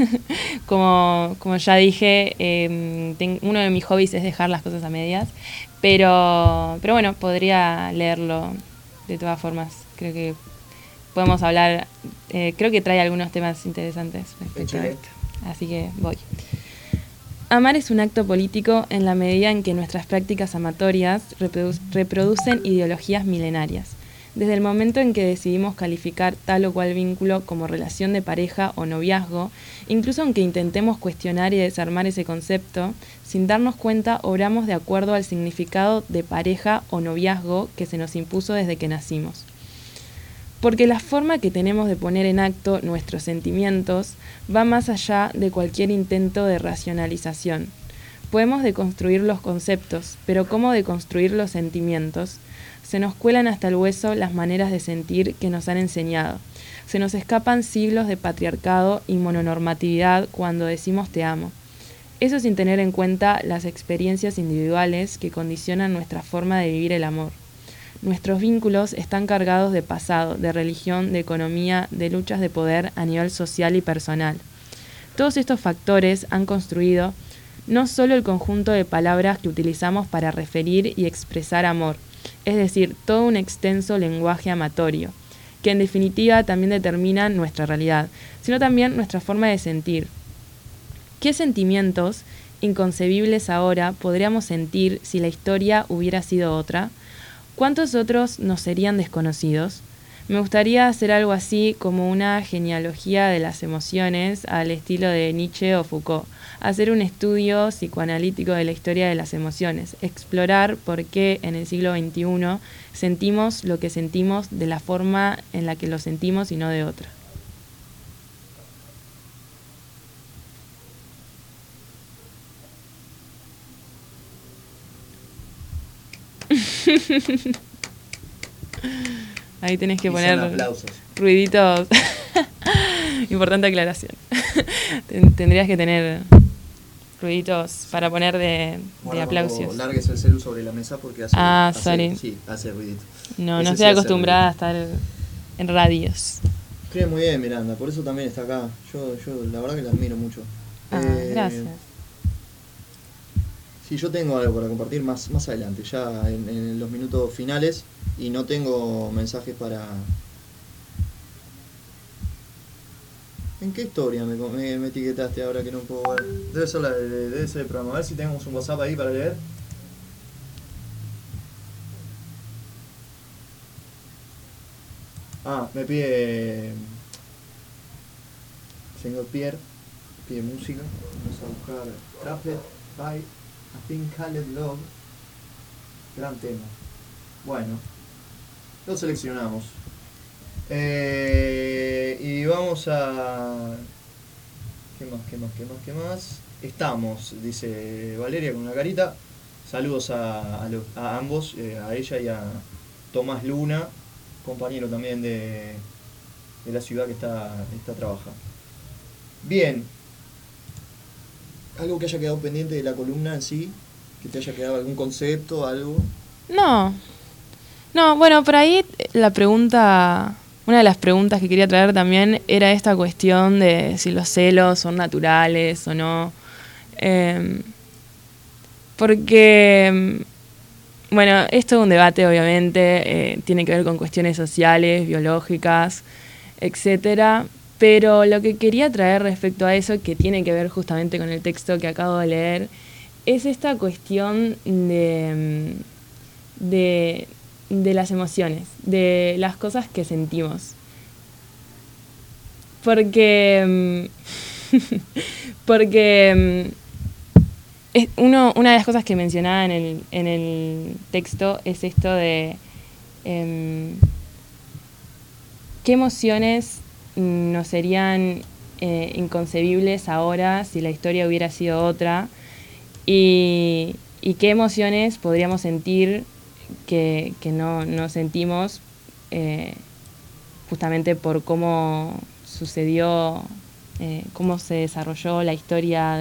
como ya dije, uno de mis hobbies es dejar las cosas a medias, pero bueno, podría leerlo de todas formas. Creo que podemos hablar, creo que trae algunos temas interesantes respecto a esto. Así que voy. Amar es un acto político en la medida en que nuestras prácticas amatorias reproducen ideologías milenarias. Desde el momento en que decidimos calificar tal o cual vínculo como relación de pareja o noviazgo, incluso aunque intentemos cuestionar y desarmar ese concepto, sin darnos cuenta obramos de acuerdo al significado de pareja o noviazgo que se nos impuso desde que nacimos. Porque la forma que tenemos de poner en acto nuestros sentimientos va más allá de cualquier intento de racionalización. Podemos deconstruir los conceptos, pero ¿cómo deconstruir los sentimientos? Se nos cuelan hasta el hueso las maneras de sentir que nos han enseñado. Se nos escapan siglos de patriarcado y mononormatividad cuando decimos te amo. Eso sin tener en cuenta las experiencias individuales que condicionan nuestra forma de vivir el amor. Nuestros vínculos están cargados de pasado, de religión, de economía, de luchas de poder a nivel social y personal. Todos estos factores han construido no solo el conjunto de palabras que utilizamos para referir y expresar amor, es decir, todo un extenso lenguaje amatorio, que en definitiva también determina nuestra realidad, sino también nuestra forma de sentir. ¿Qué sentimientos inconcebibles ahora podríamos sentir si la historia hubiera sido otra? ¿Cuántos otros nos serían desconocidos? Me gustaría hacer algo así como una genealogía de las emociones al estilo de Nietzsche o Foucault, hacer un estudio psicoanalítico de la historia de las emociones, explorar por qué en el siglo XXI sentimos lo que sentimos de la forma en la que lo sentimos y no de otra. Ahí tenés que poner ruiditos. Importante aclaración. Tendrías que tener ruiditos para poner de aplausos. Largues el celu sobre la mesa porque hace, sorry. Sí, hace ruidito. No estoy acostumbrada a estar en radios. Escribe muy bien, Miranda, por eso también está acá. Yo la verdad que la admiro mucho. Gracias. Sí, yo tengo algo para compartir más adelante, ya en los minutos finales, y no tengo mensajes para... ¿En qué historia me etiquetaste ahora que no puedo ver? Debe ser el programa. A ver si tenemos un WhatsApp ahí para leer. Me pide... Señor Pierre, pide música. Vamos a buscar Trapped by I Think Called Love. Gran tema. Bueno, lo seleccionamos. Y vamos a... ¿Qué más? Estamos, dice Valeria con una carita. Saludos a ambos, a ella y a Tomás Luna, compañero también de la ciudad que está trabajando. Bien. ¿Algo que haya quedado pendiente de la columna en sí? ¿Que te haya quedado algún concepto, algo? No, bueno, por ahí la pregunta... Una de las preguntas que quería traer también era esta cuestión de si los celos son naturales o no. Porque, bueno, esto es un debate, obviamente, tiene que ver con cuestiones sociales, biológicas, etcétera. Pero lo que quería traer respecto a eso, que tiene que ver justamente con el texto que acabo de leer, es esta cuestión de las emociones, de las cosas que sentimos. Porque una de las cosas que mencionaba en el texto es esto de qué emociones nos serían inconcebibles ahora si la historia hubiera sido otra, y qué emociones podríamos sentir que no sentimos justamente por cómo sucedió, cómo se desarrolló la historia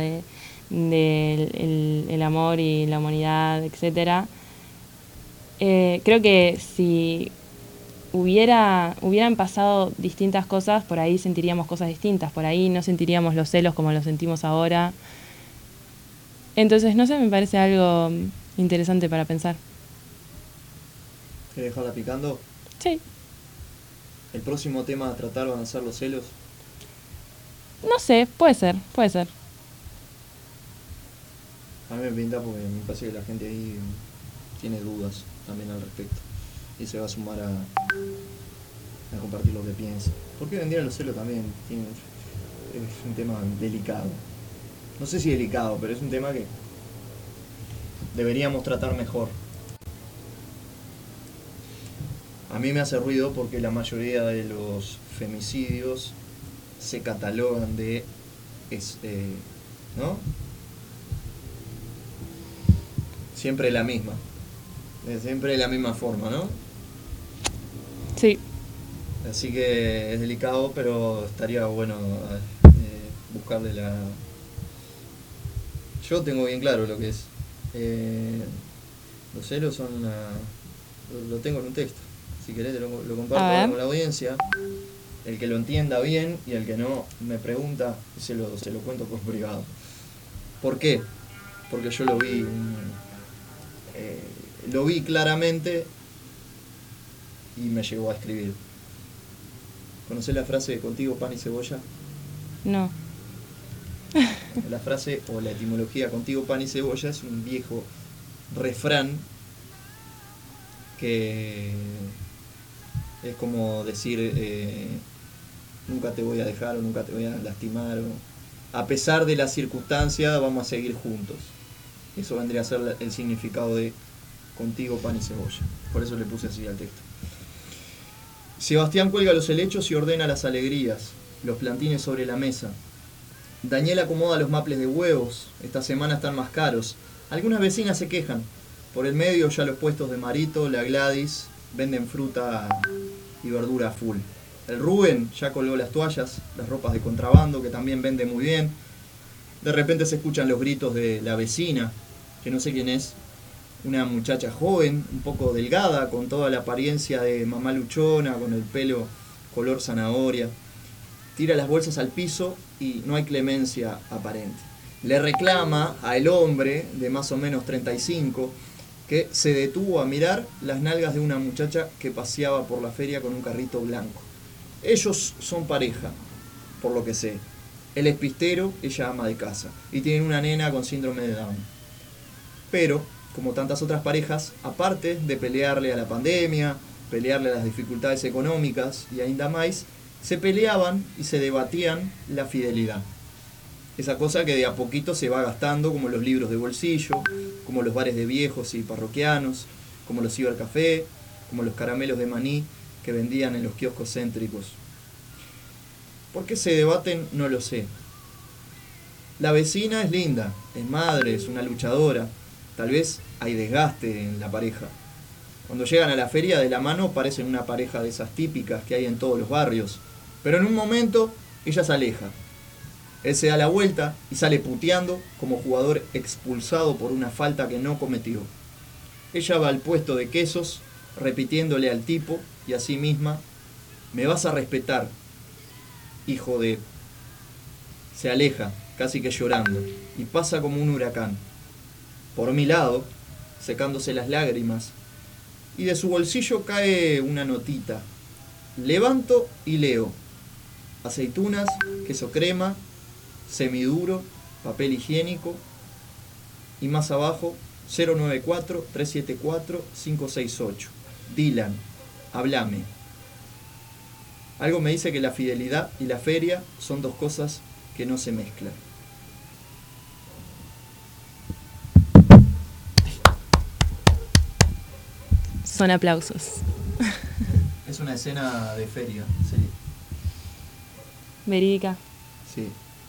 del amor y la humanidad, etcétera. Creo que si hubieran pasado distintas cosas, por ahí sentiríamos cosas distintas, por ahí no sentiríamos los celos como los sentimos ahora. Entonces, no sé, me parece algo interesante para pensar. ¿Querés dejarla picando? Sí. ¿El próximo tema a tratar van a ser los celos? No sé, puede ser. A mí me pinta porque me parece que la gente ahí tiene dudas también al respecto. Y se va a sumar a compartir lo que piensa. Porque hoy en día los celos también es un tema delicado. No sé si delicado, pero es un tema que deberíamos tratar mejor. A mí me hace ruido porque la mayoría de los femicidios se catalogan de... ¿no? Siempre la misma. Siempre de la misma forma, ¿no? Sí. Así que es delicado, pero estaría bueno buscarle la... Yo tengo bien claro lo que es. Los celos son lo tengo en un texto. Si querés lo comparto con la audiencia. El que lo entienda bien y el que no me pregunta, se lo cuento por privado. ¿Por qué? Porque yo lo vi claramente y me llegó a escribir. ¿Conocés la frase de contigo pan y cebolla? No. La frase o la etimología contigo pan y cebolla es un viejo refrán que es como decir nunca te voy a dejar o nunca te voy a lastimar o a pesar de las circunstancias vamos a seguir juntos. Eso vendría a ser el significado de contigo pan y cebolla. Por eso le puse así al texto. Sebastián cuelga los helechos y ordena las alegrías, los plantines sobre la mesa. Daniel acomoda los maples de huevos, esta semana están más caros. Algunas vecinas se quejan. Por el medio ya los puestos de Marito, la Gladys, venden fruta y verdura a full. El Rubén ya colgó las toallas, las ropas de contrabando, que también vende muy bien. De repente se escuchan los gritos de la vecina, que no sé quién es. Una muchacha joven, un poco delgada, con toda la apariencia de mamá luchona, con el pelo color zanahoria. Tira las bolsas al piso y no hay clemencia aparente. Le reclama al hombre de más o menos 35 que se detuvo a mirar las nalgas de una muchacha que paseaba por la feria con un carrito blanco. Ellos son pareja, por lo que sé. Él es pistero, ella ama de casa y tienen una nena con síndrome de Down. Pero, como tantas otras parejas, aparte de pelearle a la pandemia, pelearle a las dificultades económicas y ainda más, se peleaban y se debatían la fidelidad. Esa cosa que de a poquito se va gastando, como los libros de bolsillo, como los bares de viejos y parroquianos, como los cibercafé, como los caramelos de maní que vendían en los kioscos céntricos. ¿Por qué se debaten? No lo sé. La vecina es linda, es madre, es una luchadora. Tal vez hay desgaste en la pareja. Cuando llegan a la feria de la mano parecen una pareja de esas típicas que hay en todos los barrios. Pero en un momento ella se aleja. Él se da la vuelta y sale puteando como jugador expulsado por una falta que no cometió. Ella va al puesto de quesos repitiéndole al tipo y a sí misma: me vas a respetar, hijo de... Se aleja, casi que llorando, y pasa como un huracán. Por mi lado, secándose las lágrimas, y de su bolsillo cae una notita. Levanto y leo: aceitunas, queso crema, semiduro, papel higiénico, y más abajo 094-374-568. Dylan, hablame. Algo me dice que la fidelidad y la feria son dos cosas que no se mezclan. Son aplausos. Es una escena de feria, sí. Verídica. Sí.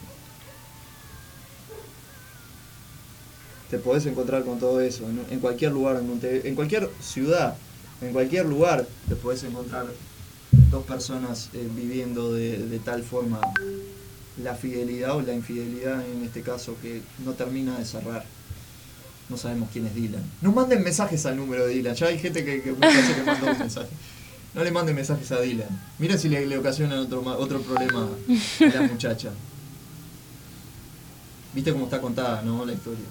Te podés encontrar con todo eso en cualquier lugar, en cualquier ciudad, en cualquier lugar te podés encontrar dos personas viviendo de tal forma la fidelidad o la infidelidad en este caso que no termina de cerrar. No sabemos quién es Dylan. No manden mensajes al número de Dylan. Ya hay gente que me parece que mandó un mensaje. No le manden mensajes a Dylan. Miren si le ocasionan otro problema a la muchacha. Viste cómo está contada, ¿no? La historia.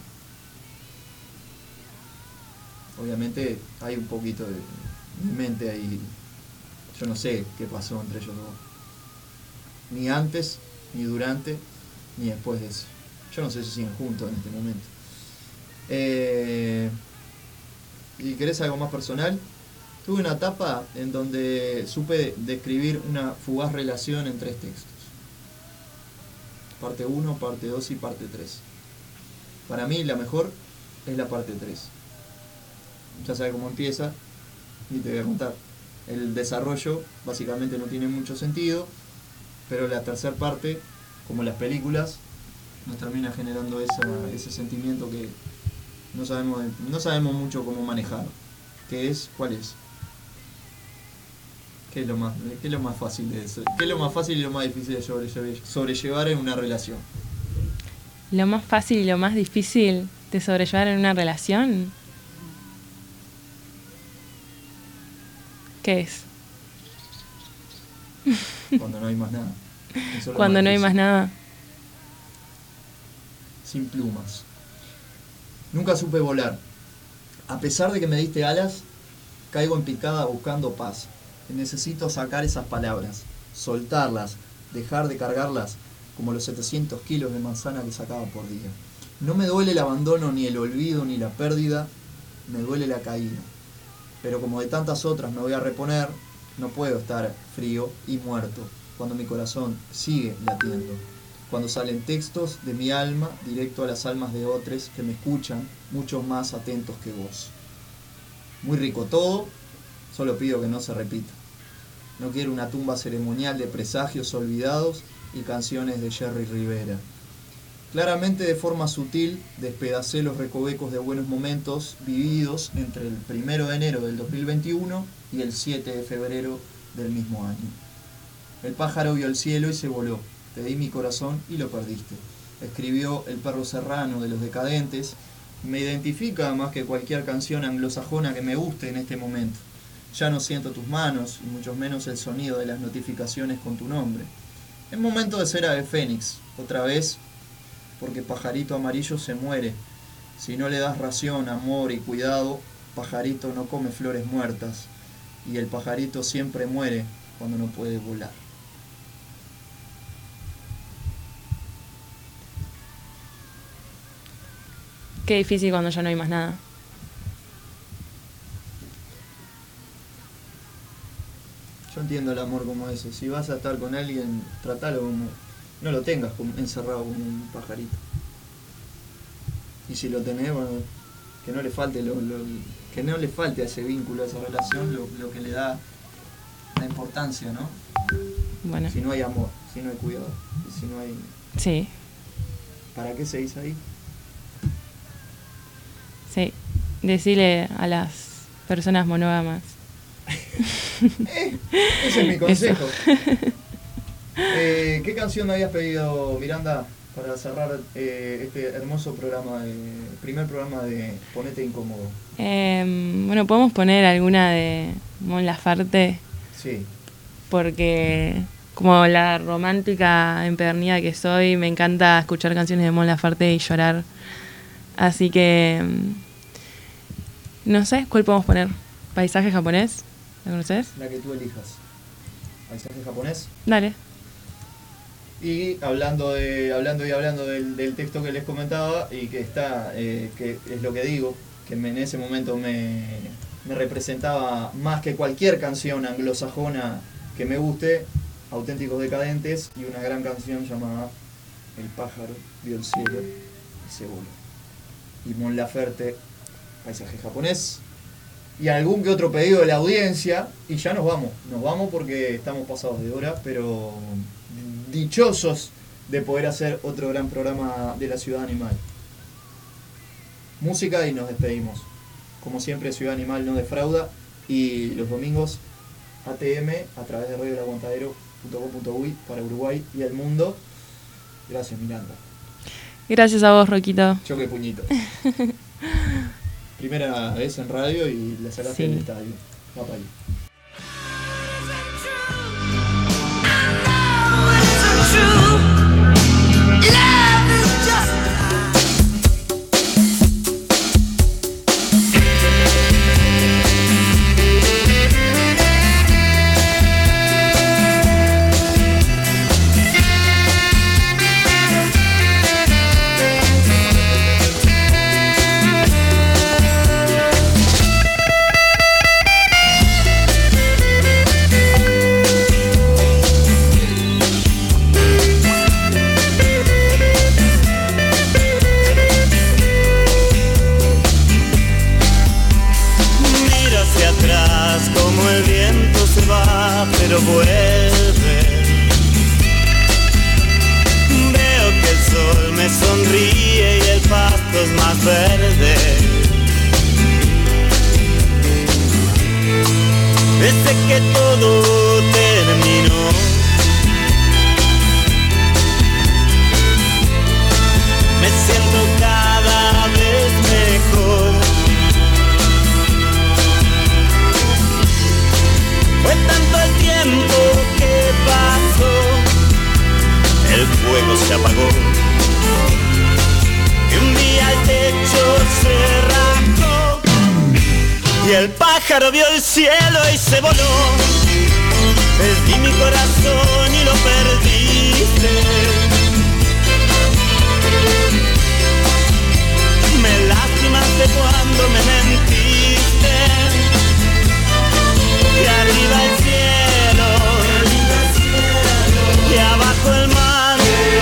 Obviamente hay un poquito de mente ahí. Yo no sé qué pasó entre ellos dos. Ni antes, ni durante, ni después de eso. Yo no sé si siguen juntos en este momento. ¿Y querés algo más personal? Tuve una etapa en donde supe describir una fugaz relación en 3 textos. Parte 1, parte 2 y parte 3. Para mí la mejor es la parte 3. Ya sabes cómo empieza, ni te voy a contar. El desarrollo básicamente no tiene mucho sentido, pero la tercera parte, como las películas, nos termina generando ese sentimiento que no sabemos mucho cómo manejar. ¿Cuál es? ¿Qué es lo más fácil de eso? ¿Qué es lo más fácil y lo más difícil de sobrellevar en una relación? Lo más fácil y lo más difícil de sobrellevar en una relación. ¿Qué es? Cuando no hay más nada. Cuando no hay más nada. Sin plumas. Nunca supe volar. A pesar de que me diste alas, caigo en picada buscando paz. Necesito sacar esas palabras, soltarlas, dejar de cargarlas como los 700 kilos de manzana que sacaba por día. No me duele el abandono, ni el olvido, ni la pérdida, me duele la caída. Pero como de tantas otras me voy a reponer, no puedo estar frío y muerto cuando mi corazón sigue latiendo. Cuando salen textos de mi alma directo a las almas de otros que me escuchan, muchos más atentos que vos. Muy rico todo, solo pido que no se repita. No quiero una tumba ceremonial de presagios olvidados y canciones de Jerry Rivera. Claramente de forma sutil despedacé los recovecos de buenos momentos vividos entre el 1 de enero del 2021 y el 7 de febrero del mismo año. El pájaro vio el cielo y se voló. Te di mi corazón y lo perdiste. Escribió El perro serrano de Los Decadentes. Me identifica más que cualquier canción anglosajona que me guste en este momento. Ya no siento tus manos, y mucho menos el sonido de las notificaciones con tu nombre. Es momento de ser ave fénix, otra vez, porque pajarito amarillo se muere. Si no le das ración, amor y cuidado, pajarito no come flores muertas, y el pajarito siempre muere cuando no puede volar. Qué difícil cuando ya no hay más nada. Yo entiendo el amor como eso. Si vas a estar con alguien, tratalo como... No lo tengas encerrado como un pajarito. Y si lo tenés, bueno, que no le falte que no le falte a ese vínculo, a esa relación, lo que le da la importancia, ¿no? Bueno. Si no hay amor, si no hay cuidado, si no hay... Sí. ¿Para qué seguís ahí? Sí. Decirle a las personas monógamas. Ese es mi consejo. ¿Qué canción me habías pedido, Miranda, para cerrar este hermoso programa, primer programa de Ponete Incómodo? Bueno, podemos poner alguna de Mon Laferte. Sí. Porque como la romántica empedernida que soy, me encanta escuchar canciones de Mon Laferte y llorar. Así que no sé, ¿cuál podemos poner? ¿Paisaje japonés? ¿La conoces? La que tú elijas. ¿Paisaje japonés? Dale. Y hablando del texto que les comentaba y que está, que es lo que digo, que en ese momento me representaba más que cualquier canción anglosajona que me guste, Auténticos Decadentes y una gran canción llamada El pájaro vio el cielo y se voló. Y Mon Laferte, Paisaje japonés. Y algún que otro pedido de la audiencia y ya nos vamos porque estamos pasados de hora, pero dichosos de poder hacer otro gran programa de la Ciudad Animal. Música y nos despedimos. Como siempre, Ciudad Animal no defrauda y los domingos ATM a través de radioelaguantadero.com.uy para Uruguay y el mundo. Gracias, Miranda. Gracias a vos, Roquito. Choque puñito. Primera vez en radio y le sacaste el estadio. Va para ahí. Pero vuelve. Veo que el sol me sonríe y el pasto es más verde. Desde que todo terminó, me siento cada vez mejor. Fue tanto el tiempo que pasó, el fuego se apagó y un día el techo se rajó y el pájaro vio el cielo y se voló. Perdí mi corazón y lo perdiste. Me lastimaste cuando me mentiste. Y arriba el cielo, y abajo el mar,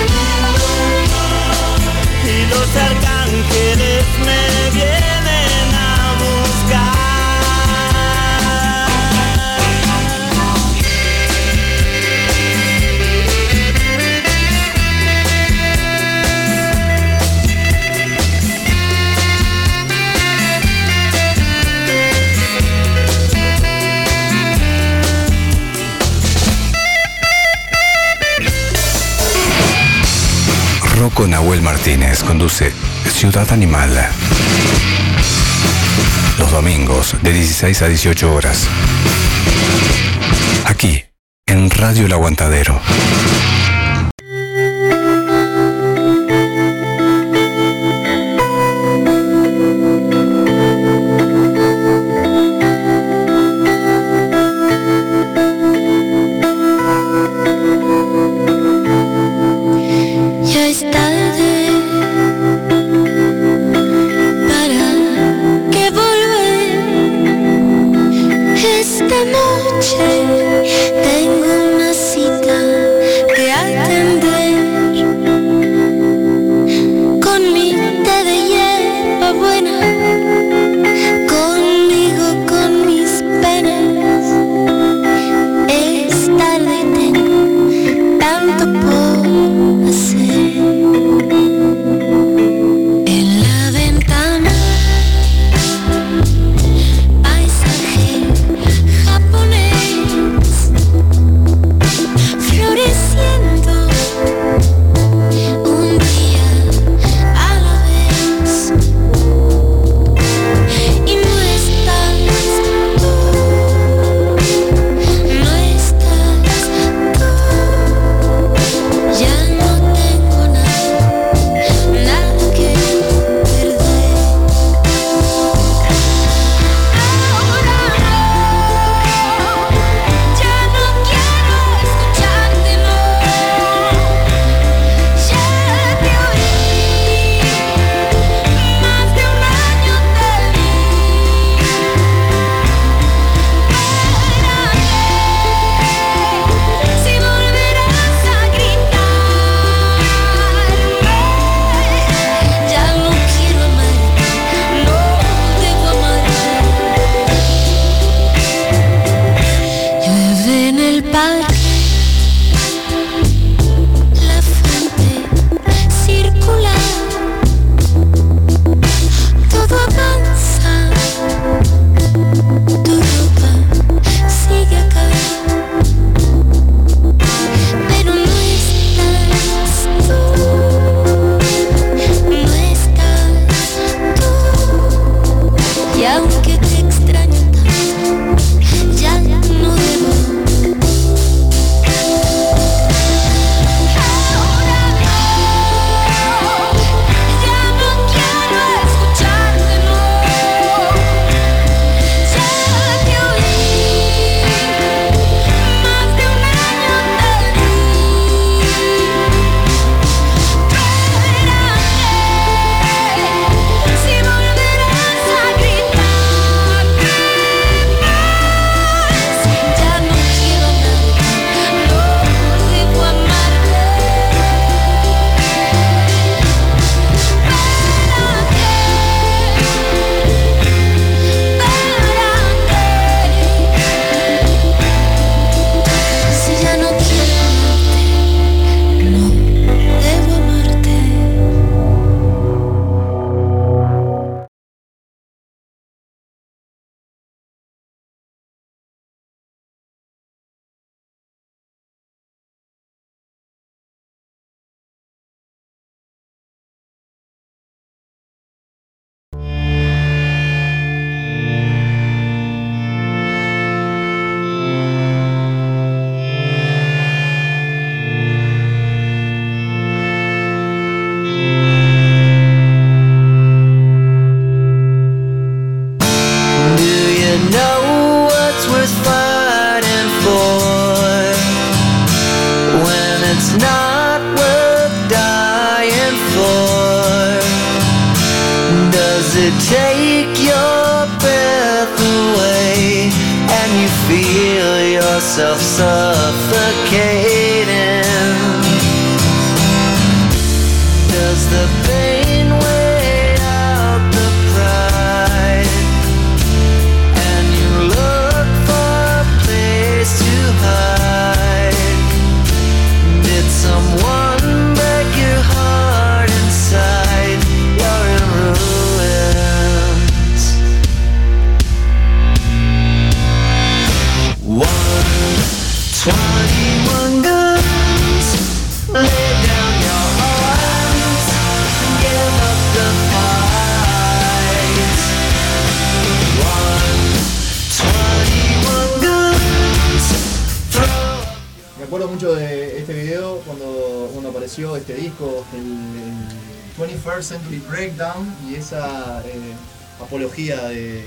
y los arcángeles me vienen a buscar. Rocco Nahuel Martínez conduce Ciudad Animal. Los domingos de 16 a 18 horas. Aquí, en Radio El Aguantadero. Tengo una cita que you know what's worth fighting for when it's not worth dying for? Does it take your breath away and you feel yourself suffocating? Does the pain weigh out the pride and you look for a place to hide? Did someone break your heart inside? You're in ruins. 121 guns, lay down your arms, give up the fight. 121 guns, throw. Me acuerdo mucho de este video cuando apareció este disco, el 21st Century Breakdown, y esa apología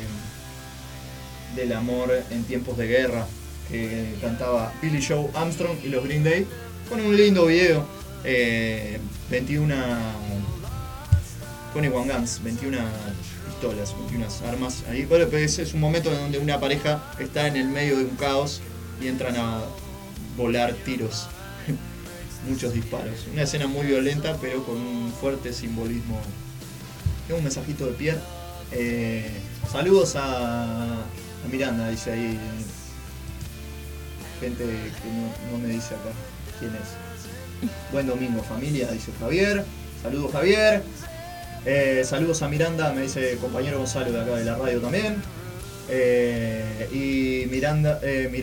del amor en tiempos de guerra que cantaba Billy Joe Armstrong y los Green Day, con un lindo video. 21 guns, 21 pistolas, 21 armas ahí. Bueno, pues es un momento en donde una pareja está en el medio de un caos y entran a volar tiros. Muchos disparos. Una escena muy violenta, pero con un fuerte simbolismo. Tengo un mensajito de Pierre. Saludos a Miranda, dice ahí. Gente que no me dice acá quién es. Buen domingo, familia, dice Javier. Saludos, Javier. Saludos a Miranda, me dice compañero Gonzalo de acá de la radio también. Y Miranda.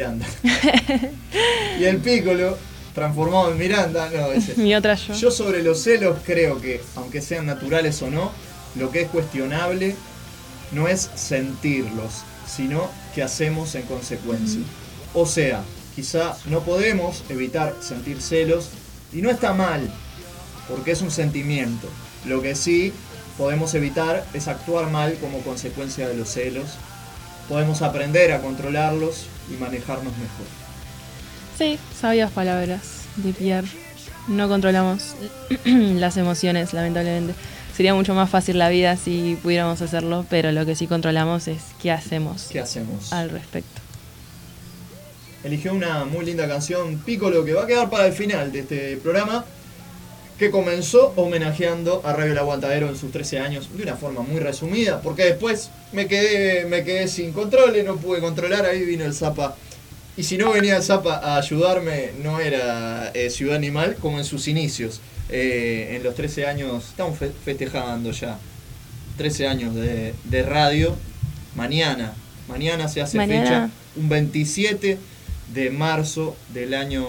Y el Piccolo, transformado en Miranda. No, ese. Mi otra yo. Yo sobre los celos creo que, aunque sean naturales o no, lo que es cuestionable no es sentirlos, sino qué hacemos en consecuencia. O sea, quizá no podemos evitar sentir celos, y no está mal, porque es un sentimiento. Lo que sí podemos evitar es actuar mal como consecuencia de los celos. Podemos aprender a controlarlos y manejarnos mejor. Sí, sabias palabras de Pierre. No controlamos las emociones, lamentablemente. Sería mucho más fácil la vida si pudiéramos hacerlo, pero lo que sí controlamos es qué hacemos al respecto. Eligió una muy linda canción, Piccolo, que va a quedar para el final de este programa, que comenzó homenajeando a Radio El Aguantadero en sus 13 años, de una forma muy resumida, porque después me quedé sin controles, no pude controlar, ahí vino el Zapa. Y si no venía el Zapa a ayudarme, no era Ciudad Animal como en sus inicios. En los 13 años, estamos festejando ya 13 años de radio. Mañana se hace fecha, un 27 de marzo del año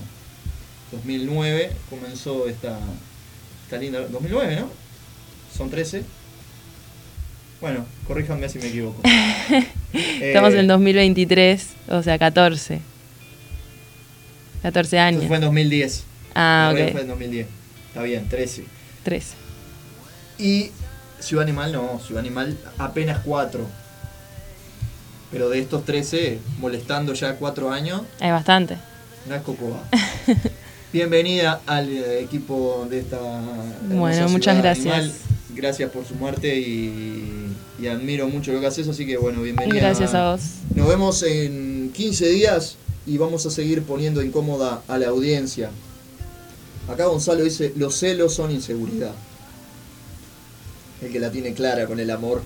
2009 comenzó esta linda... 2009, ¿no? Son 13. Bueno, corríjanme si me equivoco. Estamos en 2023, o sea, 14 años. Eso fue en 2010. Ah, ok. Fue en 2010. Está bien, 13. Y Ciudad Animal no, Ciudad Animal apenas 4. Pero de estos 13, molestando ya 4 años... Hay bastante. No es cocoa. Bienvenida al equipo de esta... Bueno, muchas gracias. Animal. Gracias por sumarte y admiro mucho lo que haces, así que bueno, bienvenida. Gracias a vos. Nos vemos en 15 días y vamos a seguir poniendo incómoda a la audiencia. Acá Gonzalo dice, los celos son inseguridad. El que la tiene clara con el amor.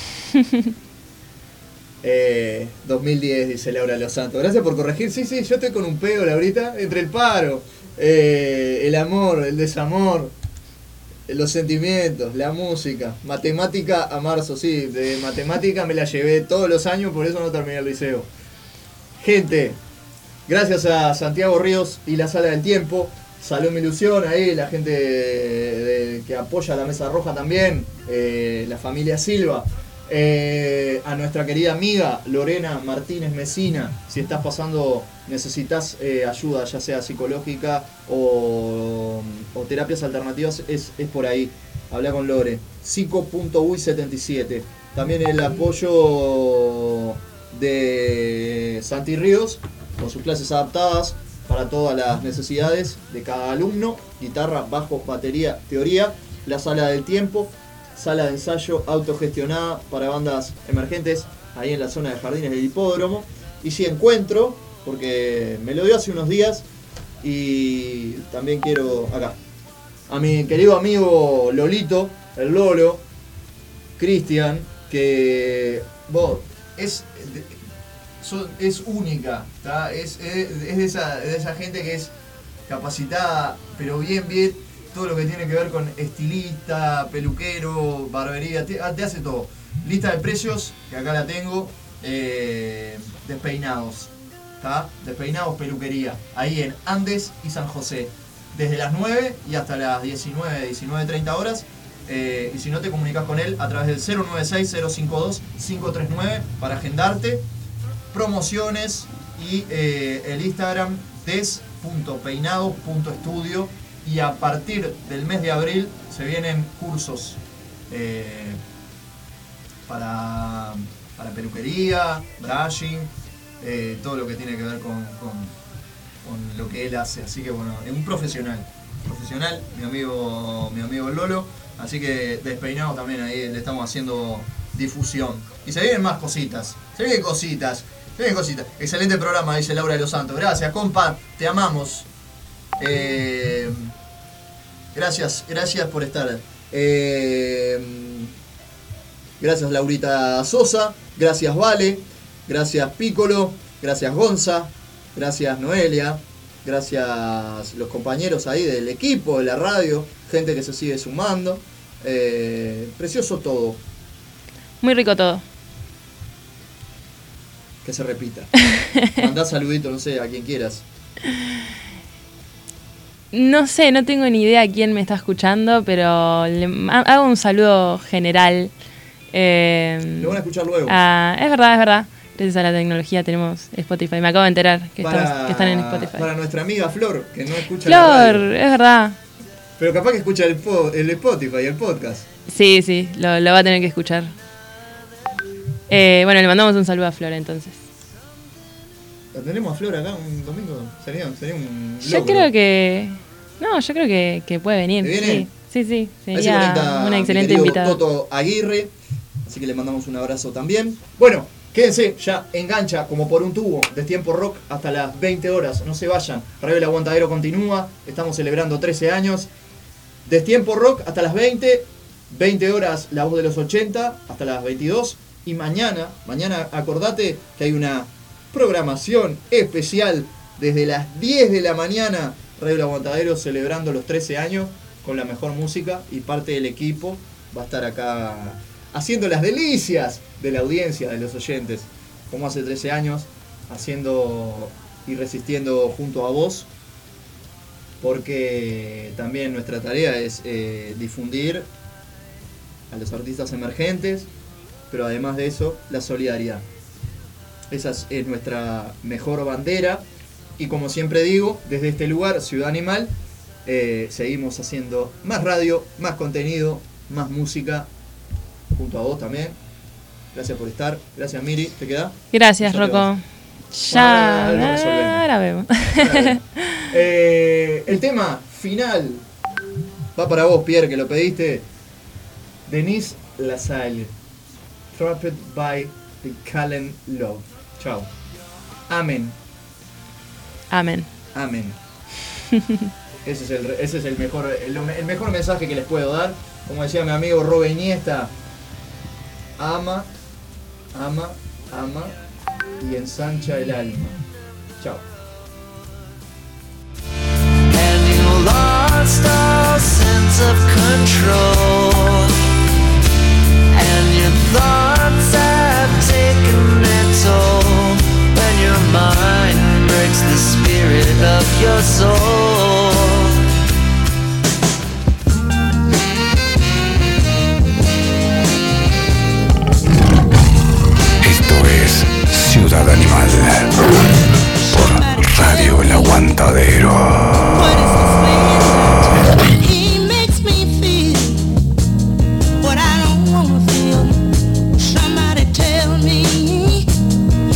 2010, dice Laura Los Santos. Gracias por corregir. Sí, yo estoy con un pedo, Laurita. Entre el paro, el amor, el desamor, los sentimientos, la música. Matemática a marzo, sí. De matemática me la llevé todos los años, por eso no terminé el liceo. Gente, gracias a Santiago Ríos y la Sala del Tiempo. Salió mi ilusión ahí, la gente que apoya la Mesa Roja también, la familia Silva. A nuestra querida amiga Lorena Martínez Mesina, si estás pasando, necesitas ayuda, ya sea psicológica o terapias alternativas, es por ahí. Habla con Lore. Psico.uy77. También el apoyo de Santi Ríos, con sus clases adaptadas para todas las necesidades de cada alumno: guitarra, bajo, batería, teoría. La sala del tiempo, sala de ensayo autogestionada para bandas emergentes, ahí en la zona de Jardines del Hipódromo. Y si encuentro, porque me lo dio hace unos días, y también quiero acá a mi querido amigo Lolito, el Lolo, Cristian, que es única, ¿tá? Es de esa gente que es capacitada, pero bien, todo lo que tiene que ver con estilista, peluquero, barbería, te hace todo. Lista de precios, que acá la tengo, despeinados, ¿tá? Despeinados, peluquería, ahí en Andes y San José, desde las 9 y hasta las 19:30 horas. Y si no, te comunicas con él a través del 096-052-539 para agendarte. Promociones y el Instagram des.peinado.estudio. Y a partir del mes de abril se vienen cursos para peluquería, brushing, todo lo que tiene que ver con lo que él hace. Así que bueno, es un profesional, mi amigo Lolo. Así que Despeinado también ahí le estamos haciendo difusión. Y se vienen más cositas, se vienen cositas. Excelente programa, dice Laura de los Santos. Gracias, compa, te amamos. Gracias por estar. Gracias Laurita Sosa, gracias Vale, gracias Piccolo, gracias Gonza, gracias Noelia, gracias los compañeros ahí del equipo, de la radio, gente que se sigue sumando. Precioso todo. Muy rico todo. Que se repita. Mandá saludito, no sé, a quien quieras. No sé, no tengo ni idea quién me está escuchando, pero hago un saludo general. Lo van a escuchar luego. Es verdad. Gracias a la tecnología tenemos Spotify. Me acabo de enterar que están en Spotify. Para nuestra amiga Flor, que no escucha Flor, la radio. Es verdad. Pero capaz que escucha el Spotify, el podcast. Sí, lo va a tener que escuchar. Bueno, le mandamos un saludo a Flor entonces. ¿La tenemos a Flor acá un domingo? Sería un logro. Yo creo que puede venir. ¿Viene? Sí. Ahí Sería una excelente invitada. Toto Aguirre, así que le mandamos un abrazo también. Bueno, quédense, ya engancha como por un tubo de Tiempo Rock hasta las 20 horas. No se vayan, Radio El Aguantadero continúa, estamos celebrando 13 años. Destiempo Rock hasta las 20 horas La Voz de los 80 hasta las 22. Y mañana acordate que hay una programación especial desde las 10 de la mañana. Radio El Aguantadero celebrando los 13 años con la mejor música, y parte del equipo va a estar acá haciendo las delicias de la audiencia, de los oyentes, como hace 13 años, haciendo y resistiendo junto a vos, porque también nuestra tarea es difundir a los artistas emergentes, pero además de eso, la solidaridad. Esa es nuestra mejor bandera, y como siempre digo, desde este lugar, Ciudad Animal, seguimos haciendo más radio, más contenido, más música, junto a vos también. Gracias por estar. Gracias, Miri. ¿Te queda? Gracias, Rocco. Ahora vemos. El tema final va para vos, Pierre, que lo pediste. Denise LaSalle, Trapped by the Callen Love. Chao. Amén. Ese es el mejor mensaje que les puedo dar. Como decía mi amigo Robe Iniesta, ama y ensancha el alma. Chao. And you lost all sense of control, and your thoughts have taken their toll, when your mind breaks the spirit of your soul. Esto es Ciudad Animal por Radio El Aguantadero. He makes me feel what I don't wanna feel. Somebody tell me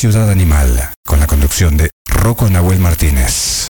Ciudad Animal, con la conducción de Rocco Nahuel Martínez.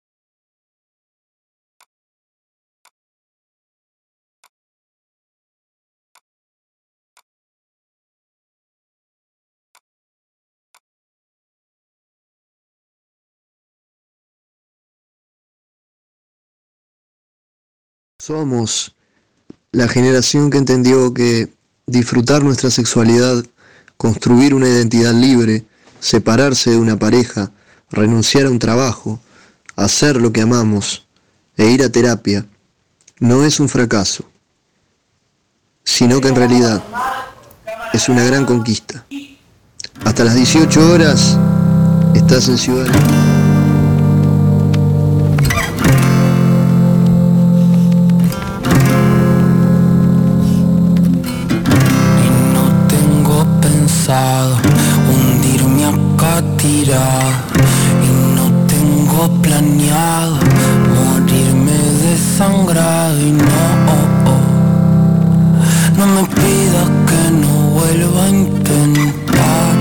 Somos la generación que entendió que disfrutar nuestra sexualidad, construir una identidad libre, separarse de una pareja, renunciar a un trabajo, hacer lo que amamos e ir a terapia, no es un fracaso, sino que en realidad es una gran conquista. Hasta las 18 horas estás en Ciudad Animal. Hundirme acá tirado y no tengo planeado morirme desangrado y no me pidas que no vuelva a intentar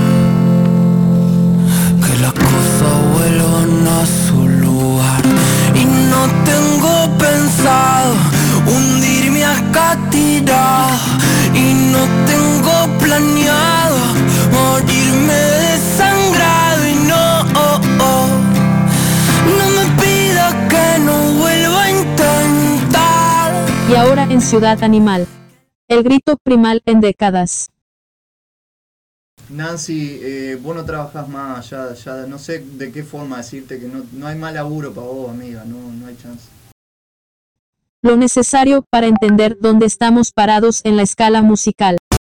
que las cosas vuelvan a su lugar y no tengo pensado hundirme acá tirado y no tengo planeado morirme desangrado y no me pidas que no vuelva a intentar. Y ahora en Ciudad Animal, el grito primal en décadas. Nancy, vos no trabajás más, ya no sé de qué forma decirte que no hay más laburo para vos, amiga, no hay chance. Lo necesario para entender dónde estamos parados en la escala musical.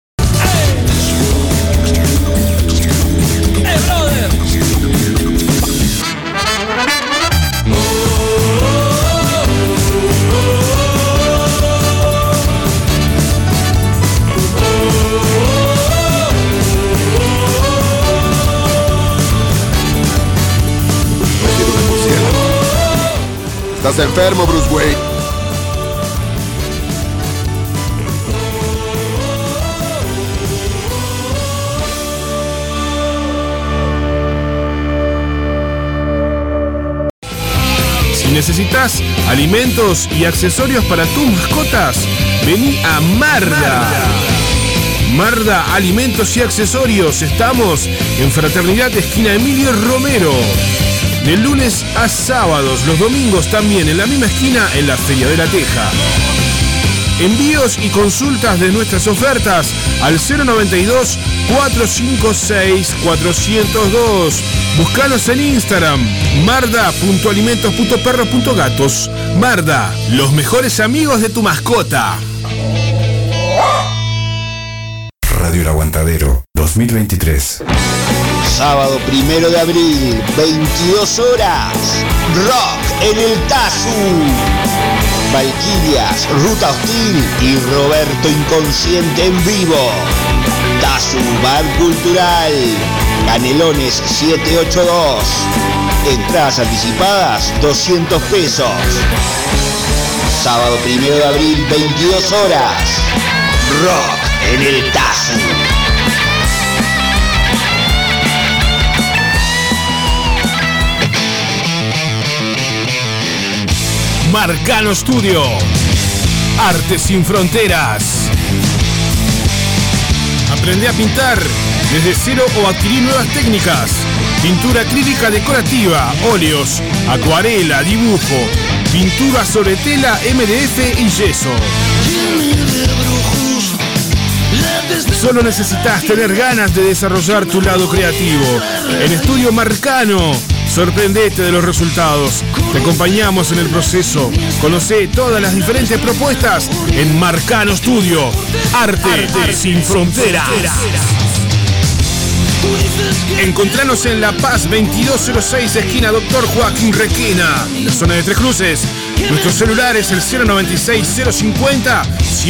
Estás enfermo, Bruce Wayne. Si necesitas alimentos y accesorios para tus mascotas, vení a Marda. Marda Alimentos y Accesorios. Estamos en Fraternidad esquina Emilio Romero. De lunes a sábados, los domingos también en la misma esquina en la Feria de la Teja. Envíos y consultas de nuestras ofertas al 092 456 402. Búscanos en Instagram, marda.alimentos.perros.gatos. Marda, los mejores amigos de tu mascota. Radio El Aguantadero 2023. Sábado 1 de abril, 22 horas. Rock en el Tazu. Valquirias, Ruta Hostil y Roberto Inconsciente en vivo. Tazu Bar Cultural. Canelones 782. Entradas anticipadas 200 pesos. Sábado 1 de abril, 22 horas. Rock en el Tazu. Marcano Studio. Arte sin fronteras. Aprende a pintar desde cero o adquirir nuevas técnicas. Pintura acrílica decorativa, óleos, acuarela, dibujo, pintura sobre tela, MDF y yeso. Solo necesitas tener ganas de desarrollar tu lado creativo. En Estudio Marcano, sorprendete de los resultados. Te acompañamos en el proceso. Conocé todas las diferentes propuestas en Marcano Studio. Arte sin fronteras. Encontranos en La Paz 2206, esquina Doctor Joaquín Requena, en la zona de Tres Cruces. Nuestro celular es el 096-050-144.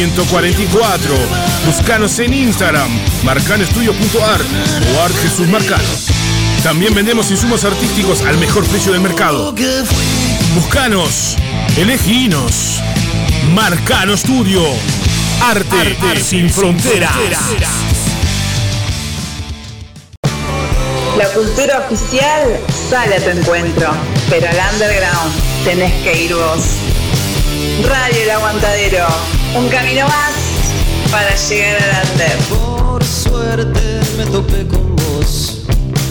Buscanos en Instagram, marcanostudio.art o Art Jesús Marcano. También vendemos insumos artísticos al mejor precio del mercado. Buscanos, eleginos. Marcano Studio. Arte sin fronteras. La cultura oficial sale a tu encuentro, pero al underground tenés que ir vos. Radio El Aguantadero, un camino más para llegar al under. Por suerte me topé con vos,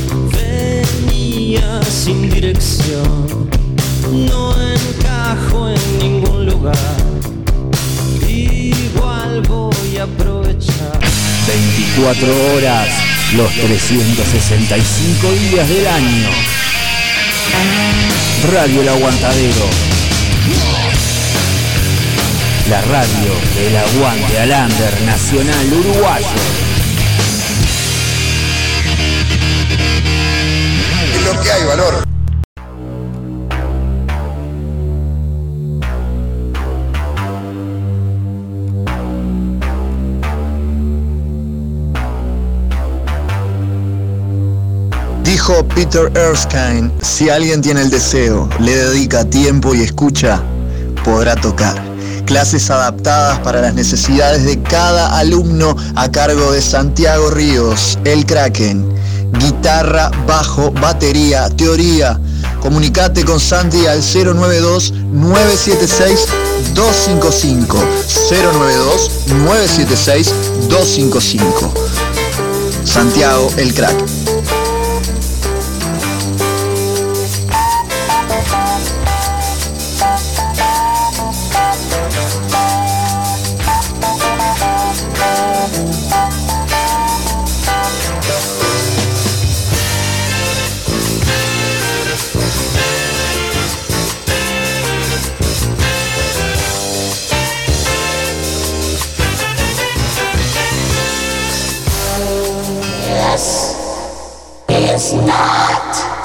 venía sin dirección, no encajo en ningún lugar, igual voy a aprovechar. 24 horas, los 365 días del año. Radio El Aguantadero, la radio del aguante al under nacional uruguayo. Es lo que hay, valor. Dijo Peter Erskine, si alguien tiene el deseo, le dedica tiempo y escucha, podrá tocar. Clases adaptadas para las necesidades de cada alumno a cargo de Santiago Ríos, el Kraken. Guitarra, bajo, batería, teoría. Comunicate con Santi al 092-976-255. 092-976-255. Santiago, el Kraken. Is not